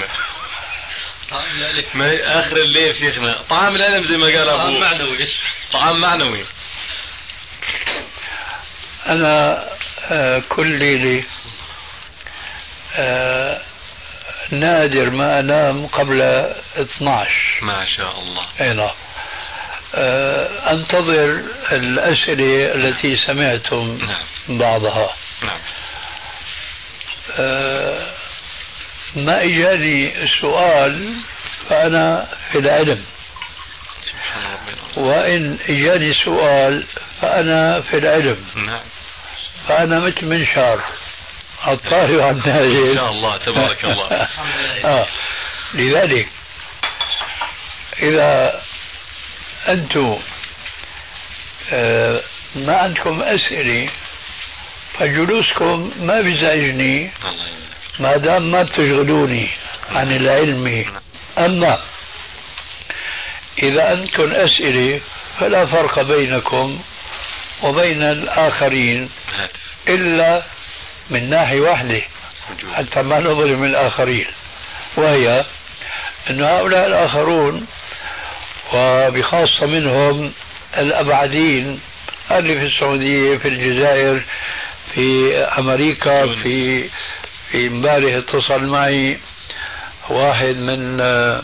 ما آخر الليل شيخنا طعام العلم زي ما قال أبو. طعام معنوي. طعام معنوي. أنا كل ليلة نادر ما أنام قبل 12. ما شاء الله. نعم. أنتظر الأسئلة التي سمعتم بعضها. نعم. ما إجاني سؤال فأنا في العلم، وإن إجاني سؤال فأنا في العلم. نعم. فأنا مثل منشار الطالب عن النازل. إن شاء الله تبارك الله. لذلك إذا أنتم ما عندكم أسئلة فجلوسكم ما بيزعجني ما دام ما بتشغلوني عن العلم. أما إذا عندكم أسئلة فلا فرق بينكم وبين الآخرين إلا من ناحية واحدة حتى ما نظلم الآخرين، وهي أن هؤلاء الآخرون وبخاصة منهم الأبعدين اللي في السعودية، في الجزائر، في أمريكا، في امبارح اتصل معي واحد من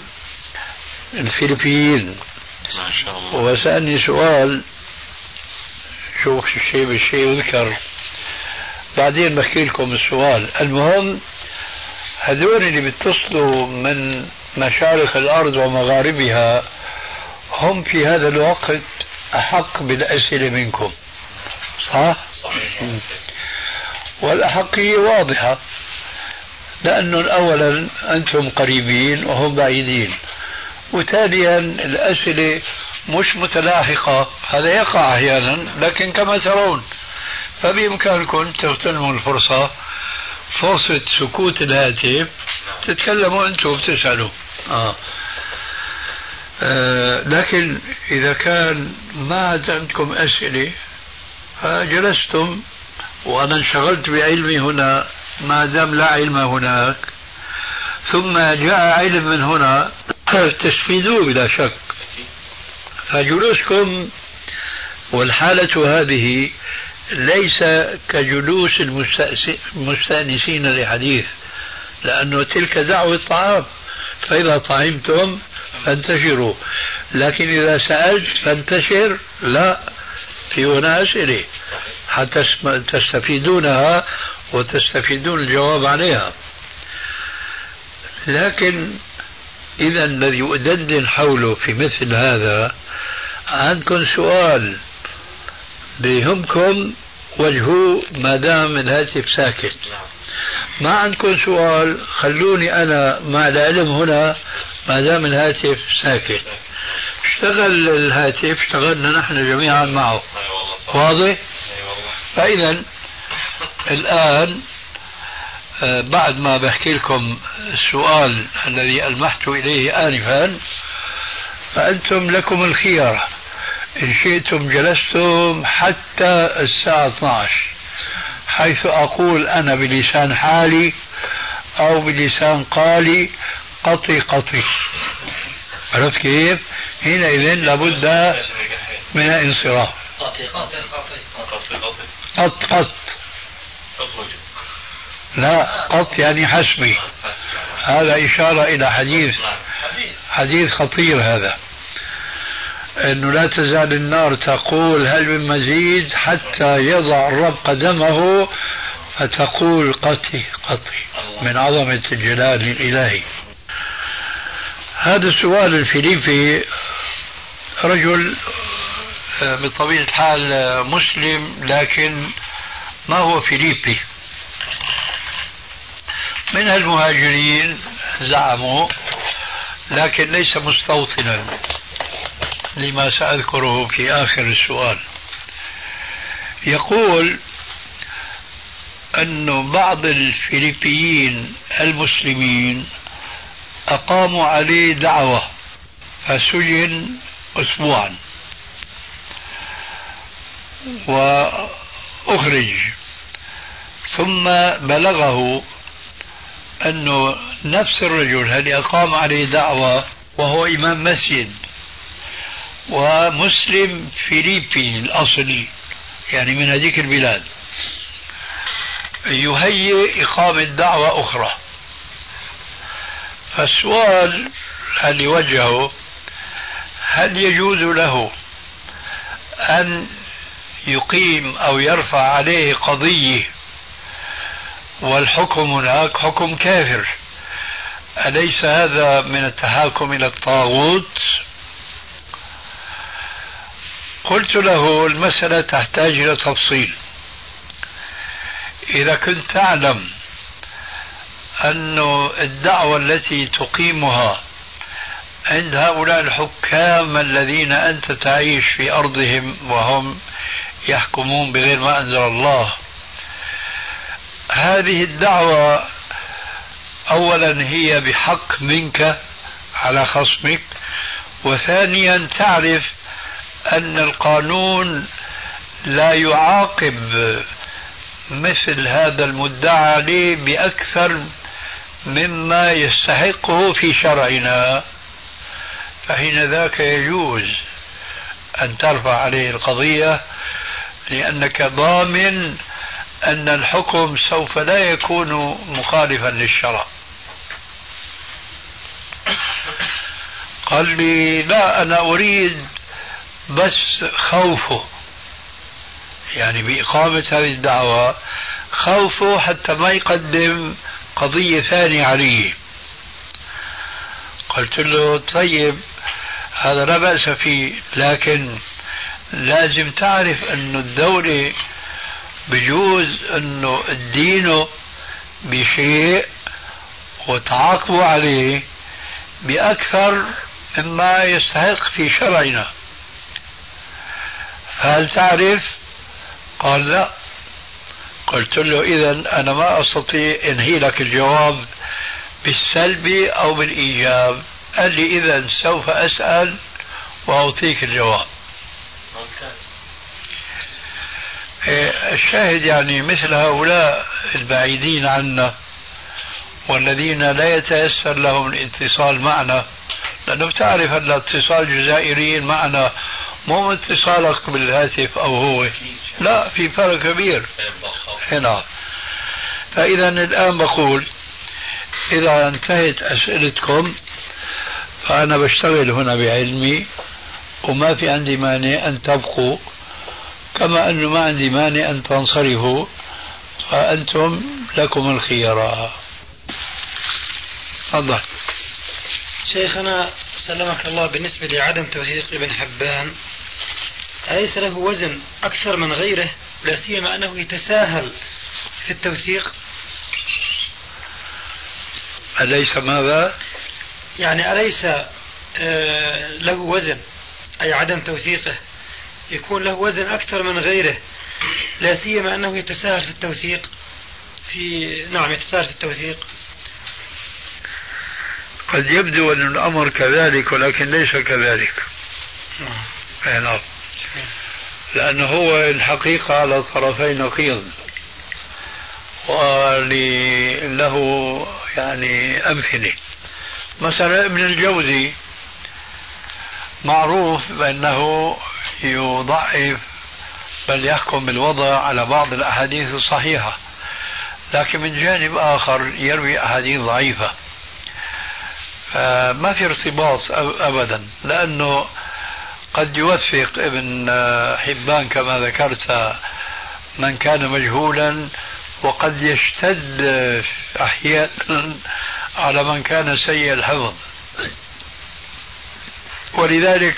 الفلبين ما شاء الله وسألني سؤال، شوف الشيء بالشيء يذكر، بعدين بحكي لكم السؤال. المهم هذول اللي بيتصلوا من مشارق الأرض ومغاربها هم في هذا الوقت أحق بالأسئلة منكم، صح؟ والأحقية واضحة، لأنه أولا أنتم قريبين وهم بعيدين، وثانيا الأسئلة مش متلاحقة، هذا يقع أحيانا لكن كما ترون فبإمكانكم تغتنموا الفرصة، فرصة سكوت الهاتف تتكلموا أنتم وبتسألوا. لكن إذا كان ما عندكم أسئلة فجلستم وأنا انشغلت بعلمي هنا ما دام لا علم هناك، ثم جاء علم من هنا تستفيدوا بلا شك. فجلوسكم والحالة هذه ليس كجلوس المستأنسين لحديث، لأنه تلك دعوة الطعام، فإذا طعمتم فانتشروا، لكن إذا سألت فانتشر لا، في هنا أسئلة حتى تستفيدونها وتستفيدون الجواب عليها. لكن إذا الذي يؤدندن حوله في مثل هذا عندكم سؤال بهمكم وجهوه ما دام الهاتف ساكت، ما عندكم سؤال خلوني أنا مع العلم هنا ما دام الهاتف ساكت. اشتغل الهاتف اشتغلنا نحن جميعا معه، واضح؟ فإذا الآن بعد ما بحكي لكم السؤال الذي ألمحت إليه آنفا، فأنتم لكم الخيار، إن شئتم جلستم حتى الساعة 12 حيث أقول أنا بلسان حالي أو بلسان قالي قطي. عرفت كيف؟ حينئذ لابد من الانصراف. قط لا، قط يعني حسبي، هذا إشارة إلى حديث خطير هذا، أنه لا تزال النار تقول هل من مزيد حتى يضع الرب قدمه فتقول قطي من عظمة الجلال الإلهي. هذا السؤال الفيليبي رجل بطبيعة الحال مسلم لكن ما هو فيليبي، من المهاجرين زعموا، لكن ليس مستوطنا لما سأذكره في آخر السؤال. يقول أن بعض الفلبيين المسلمين أقاموا عليه دعوة فسجن أسبوعا وأخرج، ثم بلغه أنه نفس الرجل الذي أقام عليه دعوة وهو إمام مسجد ومسلم فيليبي الأصلي يعني من هذيك البلاد يهيئ إقامة دعوة أخرى. فالسؤال اللي وجهه هل يجوز له أن يقيم أو يرفع عليه قضية والحكم هناك حكم كافر، أليس هذا من التحاكم إلى الطاغوت؟ قلت له المسألة تحتاج إلى تفصيل. إذا كنت تعلم أن الدعوة التي تقيمها عند هؤلاء الحكام الذين أنت تعيش في أرضهم وهم يحكمون بغير ما أنزل الله، هذه الدعوة أولا هي بحق منك على خصمك، وثانيا تعرف أن القانون لا يعاقب مثل هذا المدعى عليه بأكثر مما يستحقه في شرعنا، فحين ذاك يجوز أن ترفع عليه القضية، لأنك ضامن أن الحكم سوف لا يكون مخالفا للشرع. قال لي لا، أنا أريد بس خوفه، يعني بإقامة هذه الدعوة خوفه حتى ما يقدم قضية ثانية عليه. قلت له طيب هذا لا بأس فيه، لكن لازم تعرف أن الدولة بجوز أنه الدين بشيء وتعاقبوا عليه بأكثر مما يستحق في شرعنا. فهل تعرف؟ قال لا. قلت له إذن أنا ما أستطيع أنهي لك الجواب بالسلبي أو بالإيجاب. قال لي إذن سوف أسأل وأعطيك الجواب. الشاهد يعني مثل هؤلاء البعيدين عنا والذين لا يتيسر لهم الاتصال معنا، لأنه بتعرف أن اتصال الجزائريين معنا مو اتصالك بالهاتف أو هو، لا، في فرق كبير هنا. فإذا الآن بقول إذا انتهت أسئلتكم فأنا بشتغل هنا بعلمي وما في عندي مانع أن تبقوا، كما أنه ما عندي مانع أن تنصرفوا، فأنتم لكم الخيار. تفضل. شيخنا سلمك الله، بالنسبة لعدم توثيق ابن حبان أليس له وزن أكثر من غيره، لا سيما أنه يتساهل في التوثيق؟ أليس ماذا؟ يعني أليس له وزن، أي عدم توثيقه يكون له وزن أكثر من غيره، لا سيما أنه يتساهل في التوثيق يتساهل في التوثيق. قد يبدو أن الأمر كذلك ولكن ليس كذلك. نعم. لأنه هو الحقيقة على طرفي نقيض، وله يعني أمثلة. مثلا ابن الجوزي معروف بأنه يضعف بل يحكم بالوضع على بعض الأحاديث الصحيحة، لكن من جانب آخر يروي أحاديث ضعيفة، فما في ارتباط أبدا، لأنه قد يوثق ابن حبان كما ذكرت من كان مجهولا، وقد يشتد أحيانا على من كان سيء الحفظ. ولذلك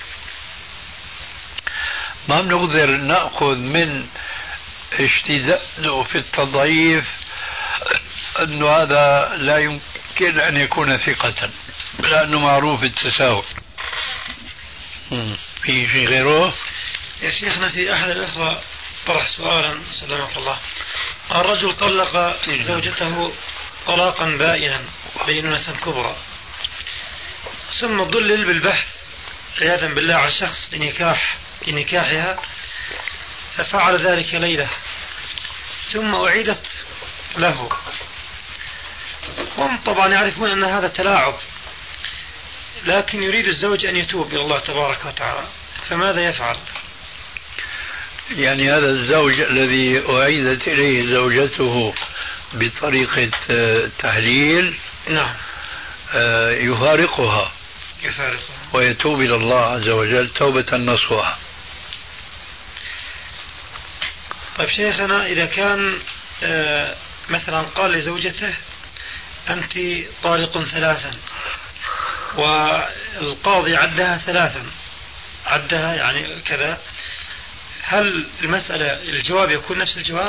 ما بنقدر نأخذ من اشتداده في التضعيف أنه هذا لا يمكن أن يكون ثقة، لأنه معروف التساهل. في شيء غيره؟ يا شيخنا في أحد الأخوة طرح سؤالا سلمك الله، الرجل طلق زوجته طلاقا بائنا بينونة كبرى، ثم ضلل بالبحث عياذا بالله على الشخص لنكاحها، ففعل ذلك ليلة ثم أعيدت له. هم طبعا يعرفون أن هذا تلاعب، لكن يريد الزوج أن يتوب إلى الله تبارك وتعالى، فماذا يفعل؟ يعني هذا الزوج الذي أعيدت إليه زوجته بطريقة تحليل، نعم، يفارقها ويتوب إلى الله عز وجل توبة نصوحة. طيب شيخنا، إذا كان مثلا قال لزوجته أنت طالق 3 والقاضي عدها 3، عدها يعني كذا، هل المسألة الجواب يكون نفس الجواب؟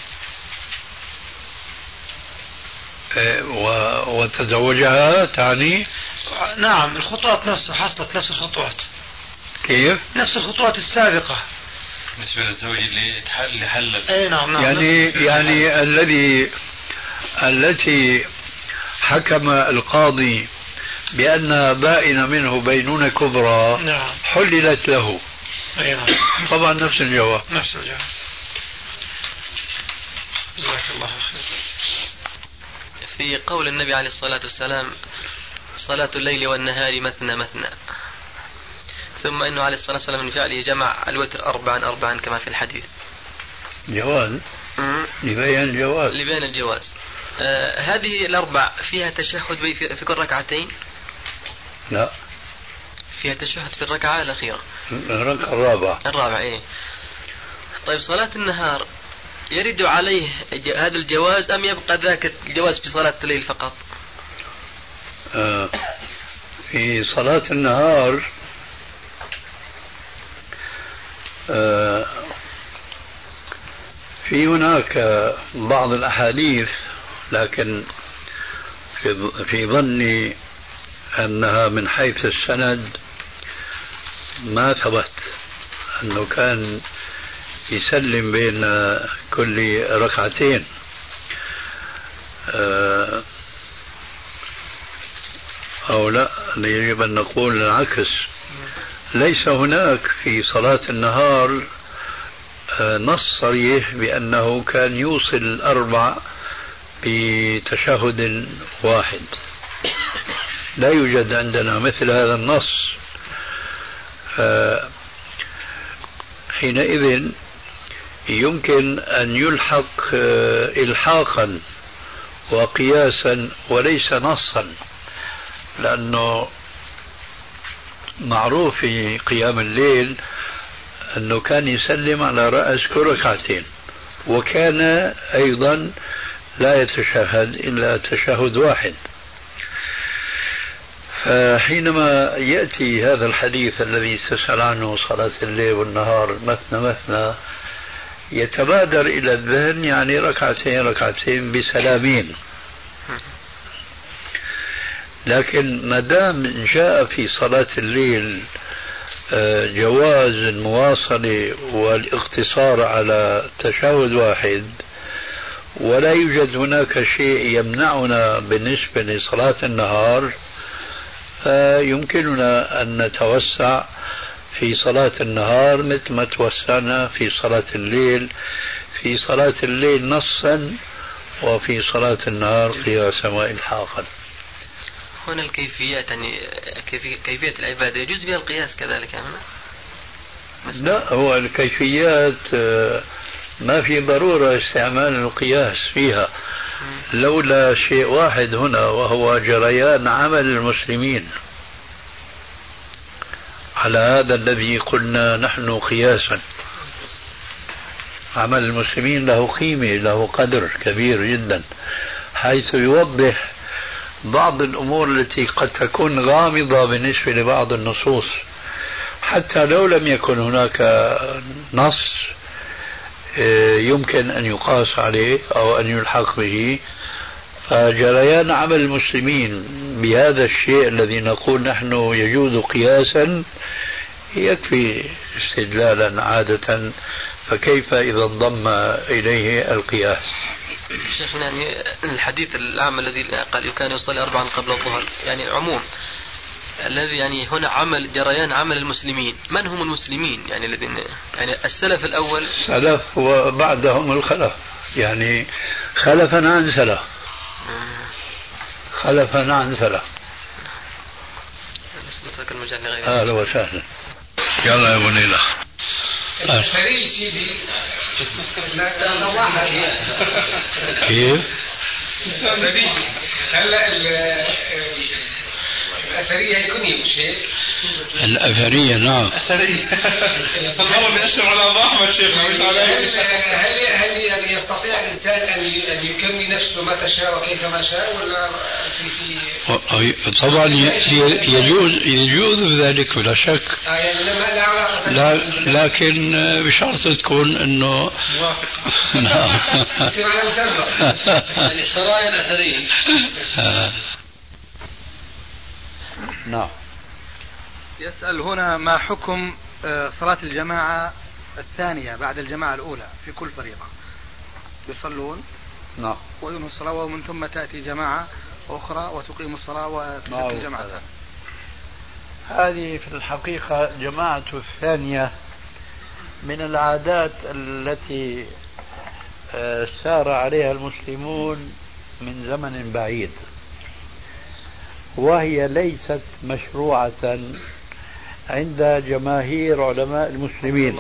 وتزوجها تعني؟ نعم، الخطوات نفسها حصلت نفس الخطوات. كيف؟ نفس الخطوات السابقة بالنسبة للزوج اللي حلل. أي نعم. يعني التي حكم القاضي بأنها بائنة منه بينونة كبرى، نعم، حللت له، طبعا نفس الجواب. نفس الجواب. جزاك الله خير. في قول النبي عليه الصلاة والسلام صلاة الليل والنهار مثنى مثنى، ثم انه عليه الصلاة والسلام من فعله جمع الوتر 4 كما في الحديث. جواز لبيان الجواز. هذه الأربع فيها تشهد في كل ركعتين؟ لا، فيها تشهد في الركعة الأخيرة، الركعة الرابعة. إيه. طيب صلاة النهار يرد عليه هذا الجواز أم يبقى ذاك الجواز في صلاة الليل فقط؟ في صلاة النهار في هناك بعض الأحاديث، لكن في ظني أنها من حيث السند ما ثبت أنه كان يسلم بين كل ركعتين. أو لا، يجب أن نقول العكس، ليس هناك في صلاة النهار نص صريح بأنه كان يوصل الأربع بتشهد واحد، لا يوجد عندنا مثل هذا النص. حينئذ يمكن أن يلحق إلحاقا وقياسا وليس نصا، لأنه معروف في قيام الليل أنه كان يسلم على رأس كل ركعتين، وكان أيضا لا يتشهد إلا تشهد واحد. فحينما يأتي هذا الحديث الذي تسأل عنه صلاة الليل والنهار مثنى مثنى، يتبادر إلى الذهن يعني ركعتين بسلامين. لكن ما دام جاء في صلاة الليل جواز المواصلة والاقتصار على تشهد واحد، ولا يوجد هناك شيء يمنعنا بالنسبة لصلاة النهار، يمكننا أن نتوسع في صلاة النهار مثل ما توسعنا في صلاة الليل، في صلاة الليل نصا وفي صلاة النهار قياسا وإلحاقا. هنا الكيفيات، يعني كيفية العبادة يجوز بها القياس كذلك هنا؟ لا، هو الكيفيات ما في ضرورة استعمال القياس فيها، لولا شيء واحد هنا وهو جريان عمل المسلمين على هذا الذي قلنا نحن قياسا. عمل المسلمين له قيمة، له قدر كبير جدا، حيث يوضح بعض الأمور التي قد تكون غامضة بالنسبة لبعض النصوص، حتى لو لم يكن هناك نص يمكن أن يقاس عليه أو أن يلحق به. فجريان عمل المسلمين بهذا الشيء الذي نقول نحن يجوز قياسا يكفي استدلالا عادة، فكيف إذا انضم إليه القياس؟ شيخنا، يعني الحديث العام الذي قال كان يصلي 4 قبل الظهر، يعني عموم الذي يعني هنا عمل جريان عمل المسلمين، من هم المسلمين يعني الذين يعني السلف الأول؟ سلف وبعدهم الخلف، يعني خلفا عن سلف، خلفا عن سلف. أهلا وسهلا. يلا يا أبو ليلى. الأثري سيدي كيف؟ هلا الأثرية يكون شيء. الأثرية نعم. الله بيأشر على ضعف الشيخ مش عليه. هل يعني يستطيع الإنسان أن يكمل نفسه متى شاء وكيف ما شاء، ولا في طبعا يجوز ذلك بلا شك. يعني لا علاقة. لكن بشرط تكون انه موافق. نعم. يعني السرايا الأثرية. نعم. يسأل هنا ما حكم صلاة الجماعة الثانية بعد الجماعة الأولى في كل فريضة؟ يصلون نعم وينهوا الصلاة ومن ثم تأتي جماعة أخرى وتقيم الصلاة وتشكل الجماعة. هذه في الحقيقة جماعة الثانية من العادات التي سار عليها المسلمون من زمن بعيد، وهي ليست مشروعة عند جماهير علماء المسلمين.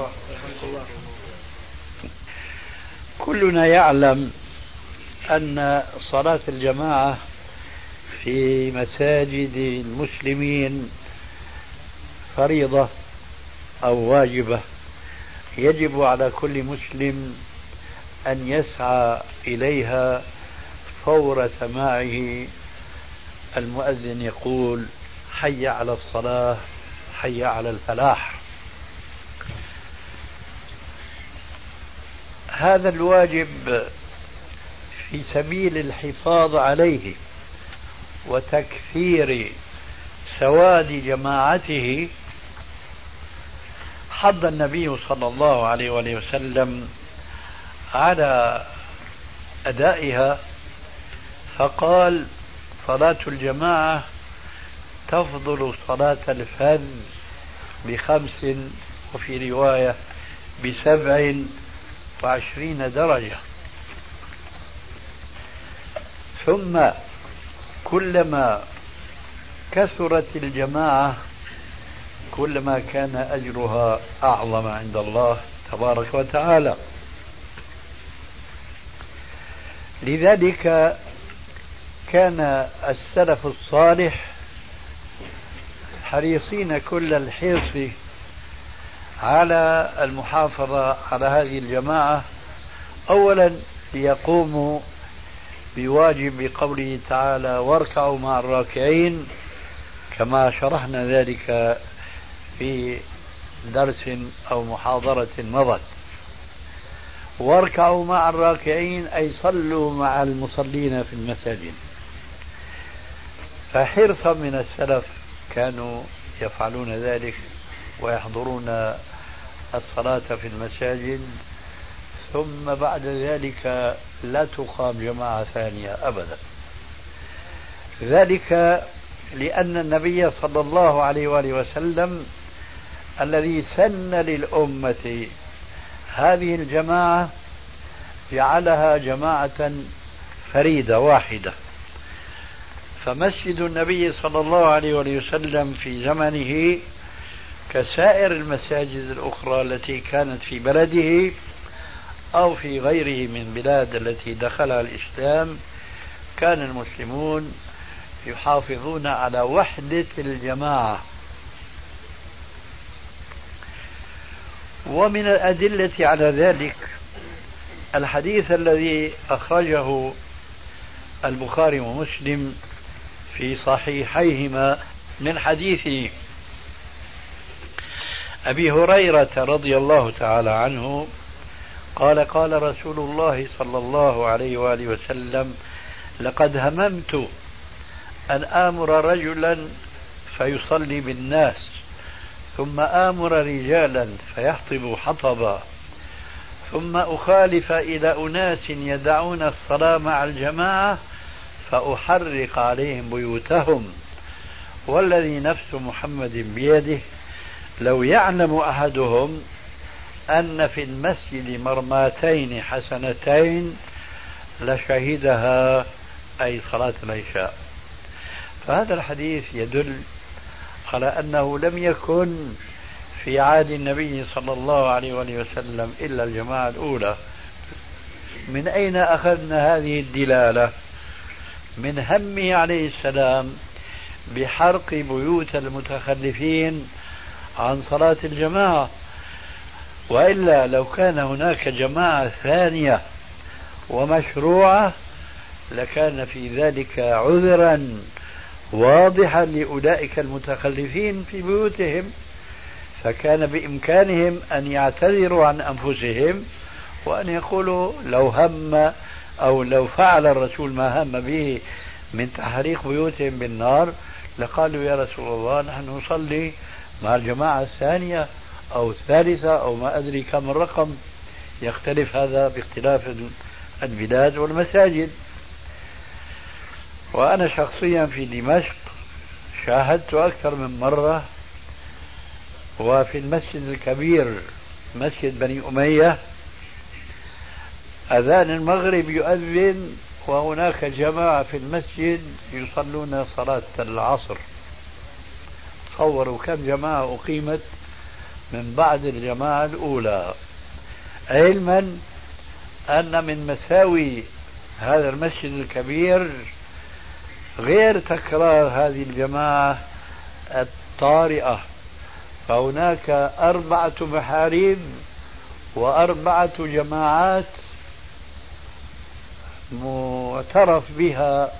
كلنا يعلم أن صلاة الجماعة في مساجد المسلمين فريضة أو واجبة، يجب على كل مسلم أن يسعى إليها فور سماعه المؤذن يقول حي على الصلاة حي على الفلاح. هذا الواجب في سبيل الحفاظ عليه وتكثير سواد جماعته حض النبي صلى الله عليه وآله وسلم على أدائها، فقال صلاة الجماعة تفضل صلاة الفذ ب5 وفي رواية ب27 درجة. ثم كلما كثرت الجماعة كلما كان أجرها أعظم عند الله تبارك وتعالى. لذلك كان السلف الصالح حريصين كل الحرص على المحافظة على هذه الجماعة، أولا ليقوموا بواجب قوله تعالى واركعوا مع الراكعين، كما شرحنا ذلك في درس أو محاضرة مضت. واركعوا مع الراكعين أي صلوا مع المصلين في المساجد. فحرصا من السلف كانوا يفعلون ذلك ويحضرون الصلاة في المساجد، ثم بعد ذلك لا تقام جماعة ثانية أبدا. ذلك لأن النبي صلى الله عليه وآله وسلم الذي سن للأمة هذه الجماعة جعلها جماعة فريدة واحدة. فمسجد النبي صلى الله عليه وسلم في زمنه كسائر المساجد الأخرى التي كانت في بلده أو في غيره من بلاد التي دخلها الإسلام، كان المسلمون يحافظون على وحدة الجماعة. ومن الأدلة على ذلك الحديث الذي أخرجه البخاري ومسلم في صحيحيهما من حديث أبي هريرة رضي الله تعالى عنه قال قال رسول الله صلى الله عليه وآله وسلم لقد هممت أن آمر رجلا فيصلي بالناس ثم آمر رجالا فيحطبوا حطبا ثم أخالف إلى أناس يدعون الصلاة مع الجماعة فأحرق عليهم بيوتهم والذي نفس محمد بيده لو يعلم أحدهم أن في المسجد مرماتين حسنتين لشهدها، أي صلاة العشاء. فهذا الحديث يدل على أنه لم يكن في عهد النبي صلى الله عليه وسلم إلا الجماعة الأولى. من أين أخذنا هذه الدلالة؟ من همه عليه السلام بحرق بيوت المتخلفين عن صلاة الجماعة، وإلا لو كان هناك جماعة ثانية ومشروعة لكان في ذلك عذرا واضحا لأولئك المتخلفين في بيوتهم، فكان بإمكانهم أن يعتذروا عن أنفسهم وأن يقولوا لو هم أو لو فعل الرسول ما هم به من تحريق بيوتهم بالنار لقالوا يا رسول الله نحن نصلي مع الجماعة الثانية أو الثالثة أو ما أدري كم الرقم، يختلف هذا باختلاف البلاد والمساجد. وأنا شخصيا في دمشق شاهدت أكثر من مرة، وفي المسجد الكبير مسجد بني أمية أذان المغرب يؤذن وهناك جماعة في المسجد يصلون صلاة العصر. تصوروا كم جماعة أقيمت من بعد الجماعة الأولى، علما أن من مساوي هذا المسجد الكبير غير تكرار هذه الجماعة الطارئة، فهناك 4 محاريب و4 جماعات معترف بها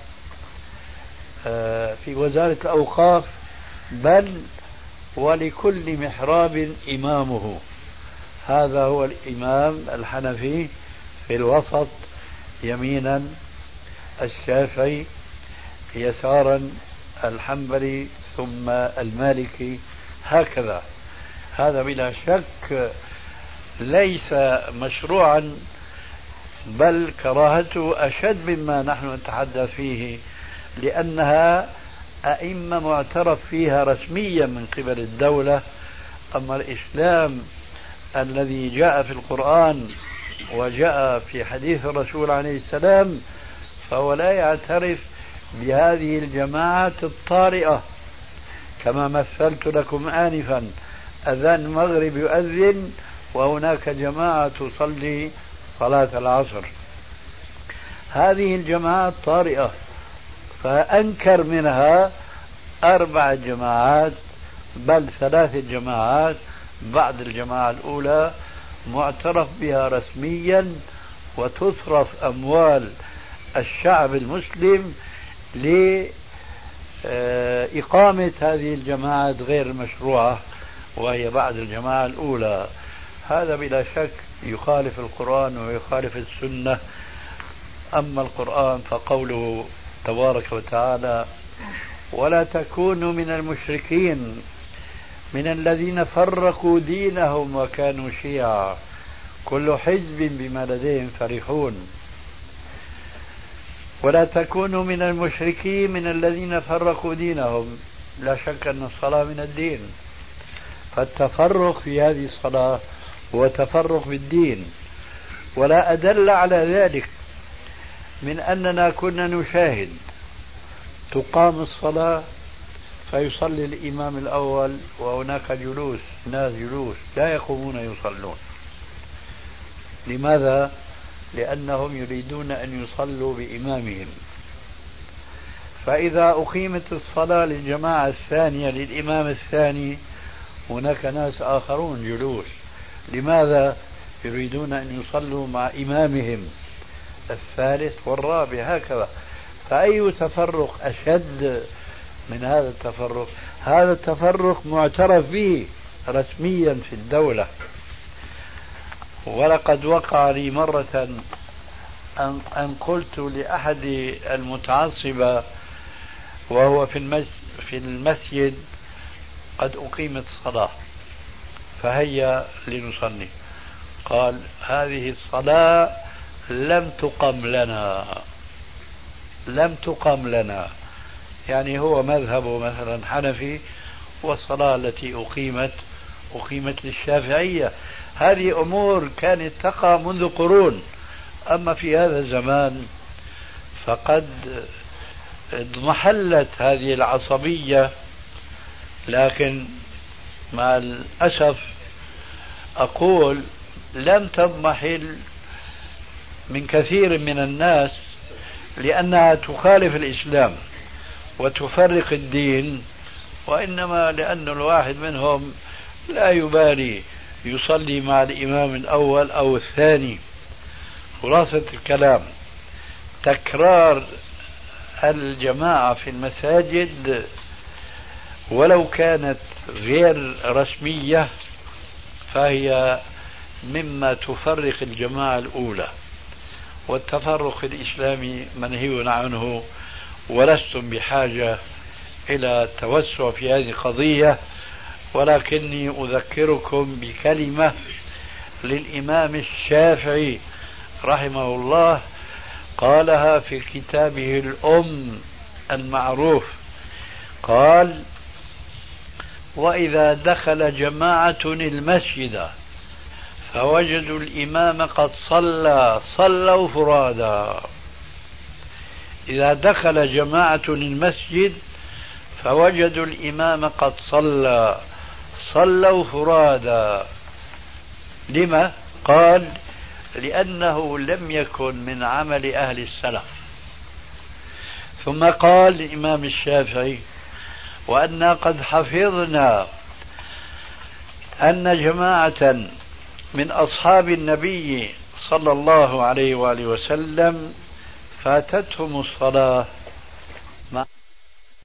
في وزارة الأوقاف، بل ولكل محراب إمامه. هذا هو الإمام الحنفي في الوسط يمينا، الشافعي يسارا، الحنبلي ثم المالكي، هكذا. هذا بلا شك ليس مشروعا، بل كراهته أشد مما نحن نتحدث فيه، لأنها أئمة معترف فيها رسميا من قبل الدولة. أما الإسلام الذي جاء في القرآن وجاء في حديث الرسول عليه السلام فهو لا يعترف بهذه الجماعات الطارئة. كما مثلت لكم آنفا، أذان المغرب يؤذن وهناك جماعة تصلي صلاة العصر، هذه الجماعات طارئة، فأنكر منها 4 جماعات بل 3 جماعات بعد الجماعة الأولى معترف بها رسميا، وتصرف أموال الشعب المسلم لإقامة هذه الجماعات غير المشروعة وهي بعد الجماعة الأولى. هذا بلا شك يخالف القرآن ويخالف السنة. أما القرآن فقوله تبارك وتعالى: ولا تكونوا من المشركين من الذين فرقوا دينهم وكانوا شيعا كل حزب بما لديهم فرحون. ولا تكونوا من المشركين من الذين فرقوا دينهم، لا شك أن الصلاة من الدين، فالتفرق في هذه الصلاة هو تفرق بالدين. ولا أدل على ذلك من أننا كنا نشاهد تقام الصلاة فيصلي الإمام الأول وهناك جلوس، ناس جلوس لا يقومون يصلون. لماذا؟ لأنهم يريدون أن يصلوا بإمامهم. فإذا أقيمت الصلاة للجماعة الثانية للإمام الثاني هناك ناس آخرون جلوس. لماذا؟ يريدون أن يصلوا مع إمامهم الثالث والرابع، هكذا. فأي تفرق أشد من هذا التفرق؟ هذا التفرق معترف به رسميا في الدولة. ولقد وقع لي مرة أن قلت لأحد المتعصبة وهو في المسجد: قد أقيمت الصلاة فهيا لنصلي. قال: هذه الصلاة لم تقم لنا. يعني هو مذهبه مثلا حنفي، والصلاة التي أقيمت للشافعية. هذه أمور كانت تقع منذ قرون. أما في هذا الزمان فقد اضمحلت هذه العصبية، لكن مع الأسف أقول لم تضمحل من كثير من الناس، لأنها تخالف الإسلام وتفرق الدين، وإنما لأن الواحد منهم لا يبالي يصلي مع الإمام الأول أو الثاني. خلاصة الكلام: تكرار الجماعة في المساجد ولو كانت غير رسمية فهي مما تفرق الجماعة الأولى، والتفرق الإسلامي منهي عنه، ولستم بحاجة إلى التوسع في هذه القضية. ولكني أذكركم بكلمة للإمام الشافعي رحمه الله قالها في كتابه الأم المعروف. قال: وإذا دخل جماعة المسجد فوجدوا الإمام قد صلوا فرادا. إذا دخل جماعة المسجد فوجدوا الإمام قد صلوا فرادا. لما؟ قال لأنه لم يكن من عمل أهل السلف. ثم قال الإمام الشافعي وأنا قد حفظنا أن جماعة من أصحاب النبي صلى الله عليه وآله وسلم فاتتهم الصلاة